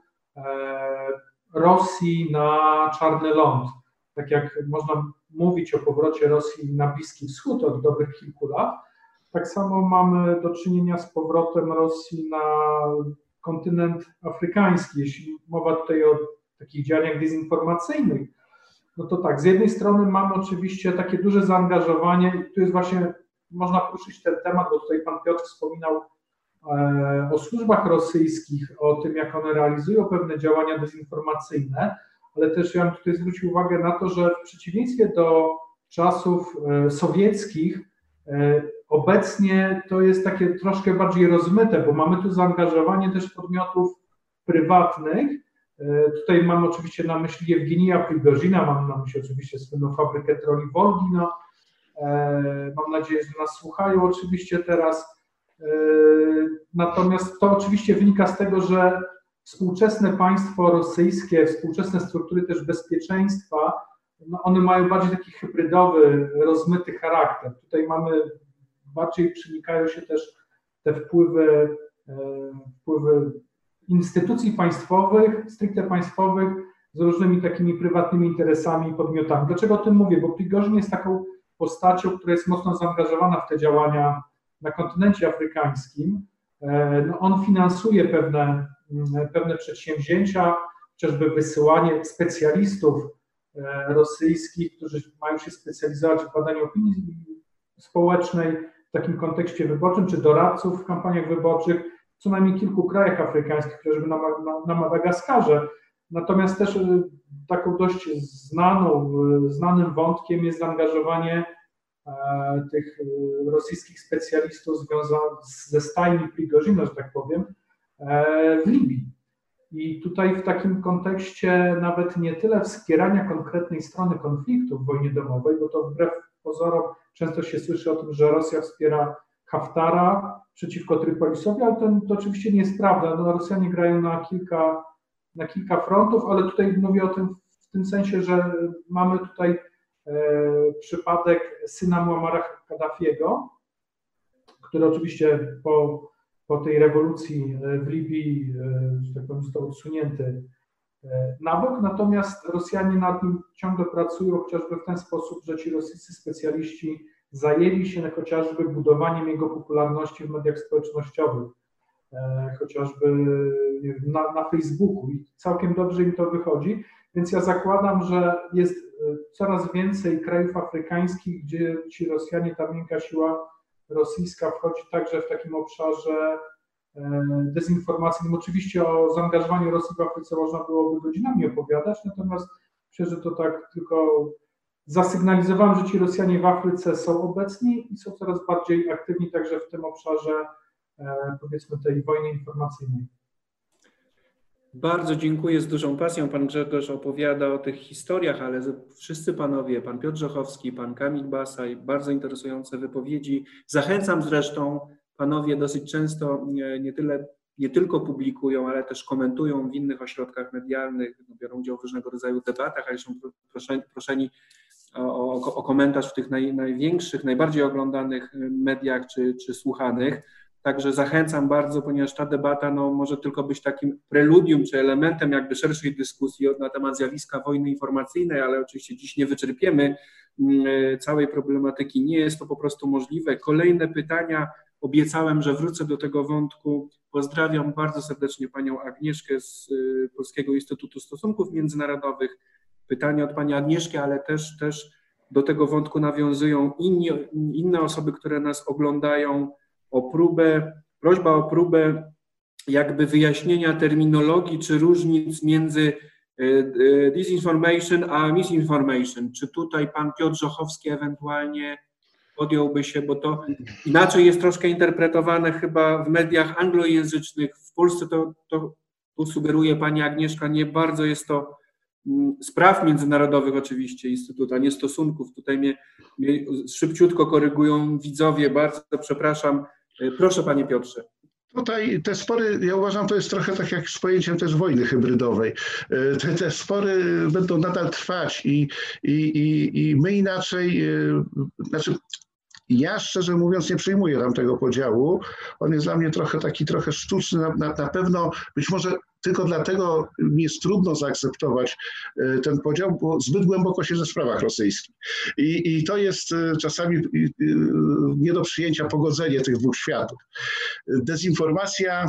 Rosji na Czarny Ląd. Tak jak można mówić o powrocie Rosji na Bliski Wschód od dobrych kilku lat, tak samo mamy do czynienia z powrotem Rosji na kontynent afrykański. Jeśli mowa tutaj o takich działaniach dezinformacyjnych, no to tak, z jednej strony mamy oczywiście takie duże zaangażowanie i tu jest właśnie, można poruszyć ten temat, bo tutaj pan Piotr wspominał e, o służbach rosyjskich, o tym, jak one realizują pewne działania dezinformacyjne, ale też ja bym tutaj zwrócił uwagę na to, że w przeciwieństwie do czasów e, sowieckich e, obecnie to jest takie troszkę bardziej rozmyte, bo mamy tu zaangażowanie też podmiotów prywatnych. Tutaj mam oczywiście na myśli Jewgenija Prigozina, mam na myśli oczywiście słynną fabrykę troli Wolgino. Mam nadzieję, że nas słuchają oczywiście teraz. Natomiast to oczywiście wynika z tego, że współczesne państwo rosyjskie, współczesne struktury też bezpieczeństwa no one mają bardziej taki hybrydowy, rozmyty charakter. Tutaj mamy, bardziej przenikają się też te wpływy, wpływy instytucji państwowych, stricte państwowych, z różnymi takimi prywatnymi interesami i podmiotami. Dlaczego o tym mówię? Bo Prigorzyn jest taką postacią, która jest mocno zaangażowana w te działania na kontynencie afrykańskim. No on finansuje pewne, pewne przedsięwzięcia, chociażby wysyłanie specjalistów rosyjskich, którzy mają się specjalizować w badaniu opinii społecznej w takim kontekście wyborczym, czy doradców w kampaniach wyborczych w co najmniej kilku krajach afrykańskich, chociażby na, na, na Madagaskarze. Natomiast też taką dość znaną, znanym wątkiem jest zaangażowanie e, tych rosyjskich specjalistów związanych ze stajni Prigorzyna, że tak powiem, e, w Libii. I tutaj w takim kontekście nawet nie tyle wspierania konkretnej strony konfliktu w wojnie domowej, bo to wbrew pozorom często się słyszy o tym, że Rosja wspiera Haftara przeciwko Trypolisowi, ale to, to oczywiście nie jest prawda. No, Rosjanie grają na kilka, na kilka frontów, ale tutaj mówię o tym w tym sensie, że mamy tutaj e, przypadek syna Muammara Kaddafiego, który oczywiście po, po tej rewolucji w Libii, e, że tak powiem, został odsunięty na bok, natomiast Rosjanie nad nim ciągle pracują, chociażby w ten sposób, że ci rosyjscy specjaliści zajęli się chociażby budowaniem jego popularności w mediach społecznościowych, e, chociażby nie wiem, na, na Facebooku i całkiem dobrze im to wychodzi, więc ja zakładam, że jest coraz więcej krajów afrykańskich, gdzie ci Rosjanie, ta miękka siła rosyjska wchodzi także w takim obszarze dezinformacji. No oczywiście o zaangażowaniu Rosji w Afryce można byłoby godzinami opowiadać, natomiast myślę, że to tak tylko zasygnalizowałem, że ci Rosjanie w Afryce są obecni i są coraz bardziej aktywni także w tym obszarze, powiedzmy, tej wojny informacyjnej. Bardzo dziękuję, z dużą pasją pan Grzegorz opowiada o tych historiach, ale wszyscy panowie, pan Piotr Żochowski, pan Kamil Basaj, bardzo interesujące wypowiedzi. Zachęcam zresztą, panowie dosyć często nie, nie, tyle, nie tylko publikują, ale też komentują w innych ośrodkach medialnych, biorą udział w różnego rodzaju debatach, ale są proszeni, proszeni o, o, o komentarz w tych naj, największych, najbardziej oglądanych mediach czy, czy słuchanych. Także zachęcam bardzo, ponieważ ta debata no, może tylko być takim preludium czy elementem jakby szerszej dyskusji na temat zjawiska wojny informacyjnej, ale oczywiście dziś nie wyczerpiemy całej problematyki. Nie jest to po prostu możliwe. Kolejne pytania. Obiecałem, że wrócę do tego wątku. Pozdrawiam bardzo serdecznie panią Agnieszkę z Polskiego Instytutu Stosunków Międzynarodowych. Pytania od pani Agnieszki, ale też, też do tego wątku nawiązują inni, inne osoby, które nas oglądają. O próbę, prośba o próbę jakby wyjaśnienia terminologii czy różnic między disinformation a misinformation. Czy tutaj pan Piotr Żochowski ewentualnie podjąłby się, bo to inaczej jest troszkę interpretowane chyba w mediach anglojęzycznych. W Polsce to, to tu sugeruje pani Agnieszka, nie bardzo jest to spraw międzynarodowych oczywiście Instytut, a nie stosunków. Tutaj mnie, mnie szybciutko korygują widzowie, bardzo przepraszam. Proszę panie Piotrze. Tutaj te spory, ja uważam, to jest trochę tak jak z pojęciem też wojny hybrydowej. Te, te spory będą nadal trwać i, i, i, i my inaczej, znaczy ja szczerze mówiąc nie przyjmuję tam tego podziału. On jest dla mnie trochę taki trochę sztuczny. Na, na, na pewno być może tylko dlatego mi jest trudno zaakceptować ten podział, bo zbyt głęboko siedzę w sprawach rosyjskich. I, i to jest czasami nie do przyjęcia pogodzenie tych dwóch światów. Dezinformacja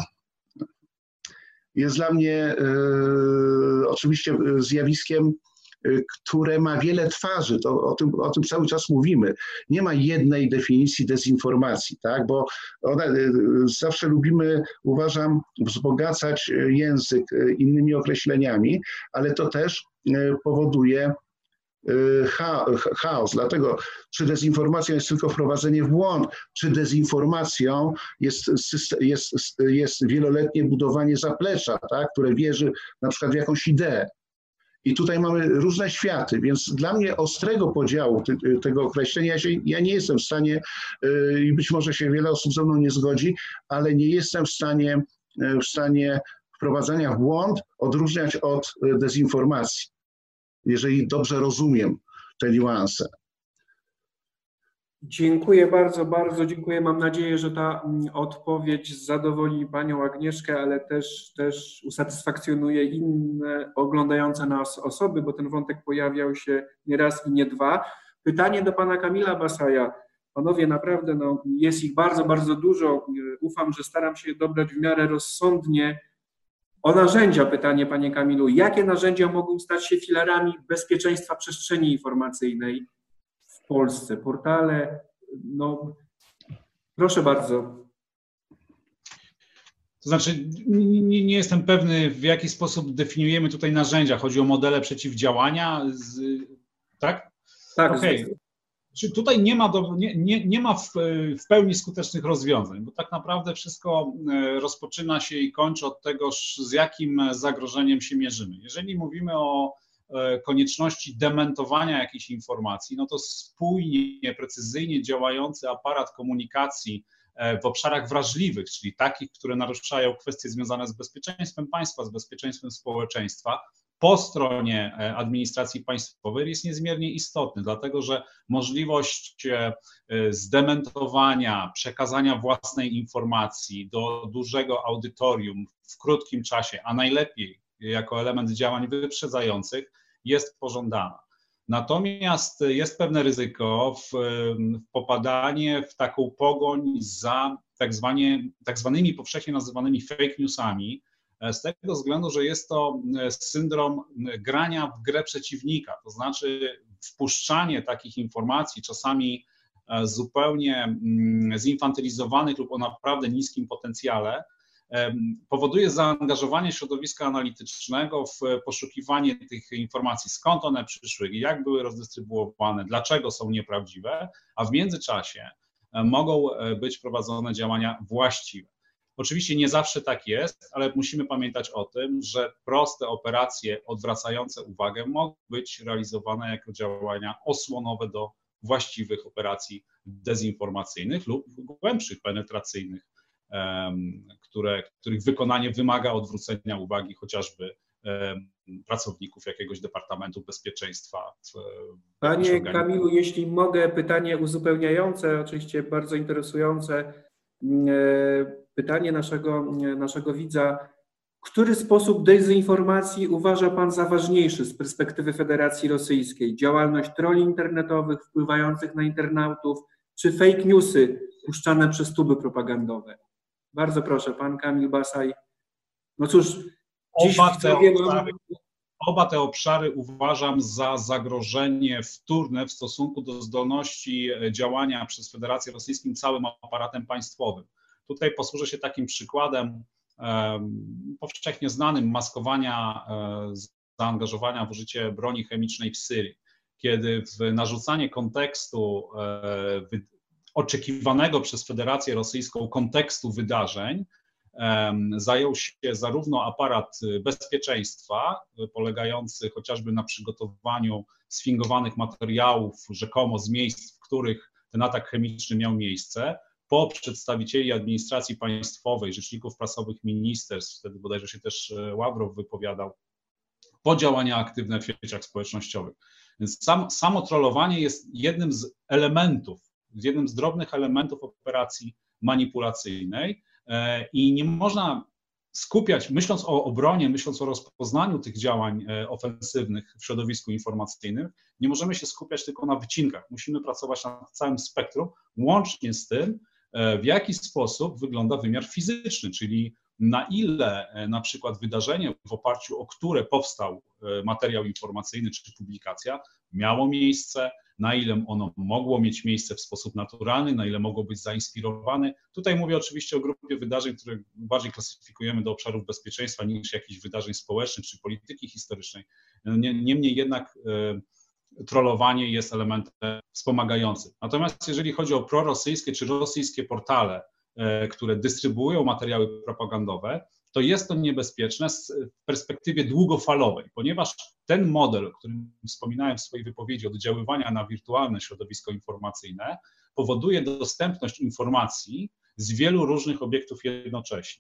jest dla mnie e, oczywiście zjawiskiem, które ma wiele twarzy, to o tym, o tym cały czas mówimy. Nie ma jednej definicji dezinformacji, tak? Bo one, zawsze lubimy, uważam, wzbogacać język innymi określeniami, ale to też powoduje chaos. Dlatego czy dezinformacją jest tylko wprowadzenie w błąd, czy dezinformacją jest, jest, jest wieloletnie budowanie zaplecza, tak? Które wierzy na przykład w jakąś ideę. I tutaj mamy różne światy, więc dla mnie ostrego podziału ty, tego określenia, ja, się, ja nie jestem w stanie, i yy, być może się wiele osób ze mną nie zgodzi, ale nie jestem w stanie, yy, w stanie wprowadzania w błąd odróżniać od dezinformacji. jeżeli dobrze rozumiem te niuanse. Dziękuję bardzo, bardzo dziękuję. Mam nadzieję, że ta odpowiedź zadowoli Panią Agnieszkę, ale też, też usatysfakcjonuje inne oglądające nas osoby, bo ten wątek pojawiał się nie raz i nie dwa. Pytanie do Pana Kamila Basaja. Panowie, naprawdę no, jest ich bardzo, bardzo dużo. Ufam, że staram się dobrać w miarę rozsądnie. O narzędzia pytanie, Panie Kamilu. Jakie narzędzia mogą stać się filarami bezpieczeństwa przestrzeni informacyjnej w Polsce? Portale, no proszę bardzo. To znaczy, nie, nie jestem pewny, w jaki sposób definiujemy tutaj narzędzia. Chodzi o modele przeciwdziałania, z, tak? Tak. Okay. Czyli tutaj nie ma, do, nie, nie, nie ma w, w pełni skutecznych rozwiązań, bo tak naprawdę wszystko rozpoczyna się i kończy od tego, z jakim zagrożeniem się mierzymy. Jeżeli mówimy o konieczności dementowania jakiejś informacji, no to spójnie, precyzyjnie działający aparat komunikacji w obszarach wrażliwych, czyli takich, które naruszają kwestie związane z bezpieczeństwem państwa, z bezpieczeństwem społeczeństwa, po stronie administracji państwowej jest niezmiernie istotny, dlatego że możliwość zdementowania, przekazania własnej informacji do dużego audytorium w krótkim czasie, a najlepiej jako element działań wyprzedzających jest pożądana. Natomiast jest pewne ryzyko w, w popadanie w taką pogoń za tak, zwanie, tak zwanymi powszechnie nazywanymi fake newsami, z tego względu, że jest to syndrom grania w grę przeciwnika, to znaczy wpuszczanie takich informacji, czasami zupełnie zinfantylizowanych lub o naprawdę niskim potencjale, powoduje zaangażowanie środowiska analitycznego w poszukiwanie tych informacji, skąd one przyszły, jak były rozdystrybuowane, dlaczego są nieprawdziwe, a w międzyczasie mogą być prowadzone działania właściwe. Oczywiście nie zawsze tak jest, ale musimy pamiętać o tym, że proste operacje odwracające uwagę mogą być realizowane jako działania osłonowe do właściwych operacji dezinformacyjnych lub głębszych, penetracyjnych, które, których wykonanie wymaga odwrócenia uwagi chociażby pracowników jakiegoś Departamentu Bezpieczeństwa. W, Panie Kamilu, jeśli mogę, pytanie uzupełniające, oczywiście bardzo interesujące. Pytanie naszego, naszego widza. Który sposób dezinformacji uważa Pan za ważniejszy z perspektywy Federacji Rosyjskiej? Działalność trolli internetowych wpływających na internautów, czy fake newsy puszczane przez tuby propagandowe? Bardzo proszę, Pan Kamil Basaj. No cóż, dziś oba te, wiem, obszary, oba te obszary uważam za zagrożenie wtórne w stosunku do zdolności działania przez Federację Rosyjską całym aparatem państwowym. Tutaj posłużę się takim przykładem um, powszechnie znanym maskowania um, zaangażowania w użycie broni chemicznej w Syrii, kiedy w narzucanie kontekstu um, oczekiwanego przez Federację Rosyjską kontekstu wydarzeń um, zajął się zarówno aparat bezpieczeństwa, polegający chociażby na przygotowaniu sfingowanych materiałów rzekomo z miejsc, w których ten atak chemiczny miał miejsce, po przedstawicieli administracji państwowej, rzeczników prasowych ministerstw, wtedy bodajże się też Ławrow wypowiadał, po działania aktywne w sieciach społecznościowych. Więc sam, samo trollowanie jest jednym z elementów, jednym z drobnych elementów operacji manipulacyjnej i nie można skupiać, myśląc o obronie, myśląc o rozpoznaniu tych działań ofensywnych w środowisku informacyjnym, nie możemy się skupiać tylko na wycinkach. Musimy pracować nad całym spektrum, łącznie z tym, w jaki sposób wygląda wymiar fizyczny, czyli na ile na przykład wydarzenie, w oparciu o które powstał materiał informacyjny czy publikacja, miało miejsce, na ile ono mogło mieć miejsce w sposób naturalny, na ile mogło być zainspirowane. Tutaj mówię oczywiście o grupie wydarzeń, które bardziej klasyfikujemy do obszarów bezpieczeństwa niż jakichś wydarzeń społecznych czy polityki historycznej. Niemniej jednak trollowanie jest elementem wspomagającym. Natomiast jeżeli chodzi o prorosyjskie czy rosyjskie portale, które dystrybuują materiały propagandowe, to jest to niebezpieczne w perspektywie długofalowej, ponieważ ten model, o którym wspominałem w swojej wypowiedzi, oddziaływania na wirtualne środowisko informacyjne, powoduje dostępność informacji z wielu różnych obiektów jednocześnie.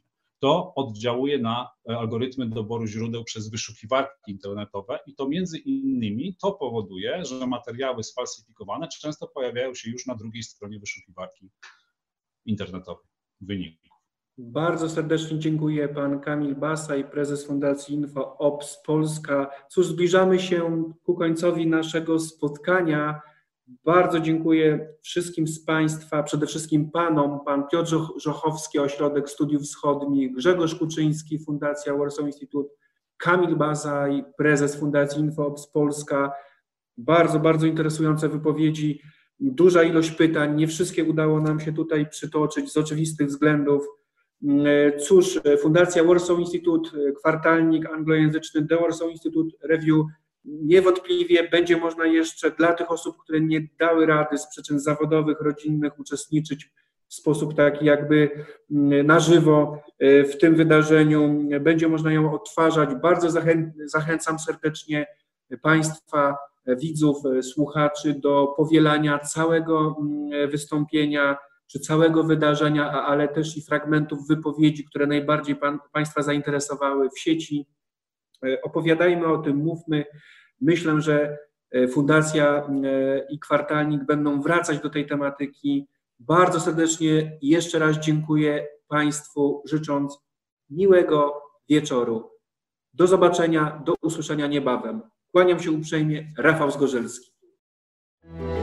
to oddziałuje na algorytmy doboru źródeł przez wyszukiwarki internetowe i to między innymi to powoduje, że materiały sfalsyfikowane często pojawiają się już na drugiej stronie wyszukiwarki internetowej wyników. Bardzo serdecznie dziękuję, pan Kamil Basaj, prezes Fundacji InfoOps Polska. Cóż, zbliżamy się ku końcowi naszego spotkania. Bardzo dziękuję wszystkim z Państwa, przede wszystkim Panom, Pan Piotr Żochowski, Ośrodek Studiów Wschodnich, Grzegorz Kuczyński, Fundacja Warsaw Institute, Kamil Basaj, prezes Fundacji InfoOps Polska. Bardzo, bardzo interesujące wypowiedzi, duża ilość pytań, nie wszystkie udało nam się tutaj przytoczyć z oczywistych względów. Cóż, Fundacja Warsaw Institute, kwartalnik anglojęzyczny The Warsaw Institute Review, niewątpliwie będzie można jeszcze dla tych osób, które nie dały rady z przyczyn zawodowych, rodzinnych uczestniczyć w sposób taki jakby na żywo w tym wydarzeniu. Będzie można ją odtwarzać. Bardzo zachę zachęcam serdecznie Państwa, widzów, słuchaczy do powielania całego wystąpienia czy całego wydarzenia, ale też i fragmentów wypowiedzi, które najbardziej pan, Państwa zainteresowały w sieci. Opowiadajmy o tym, mówmy. Myślę, że Fundacja i Kwartalnik będą wracać do tej tematyki. Bardzo serdecznie jeszcze raz dziękuję Państwu, życząc miłego wieczoru. Do zobaczenia, do usłyszenia niebawem. Kłaniam się uprzejmie, Rafał Zgorzelski.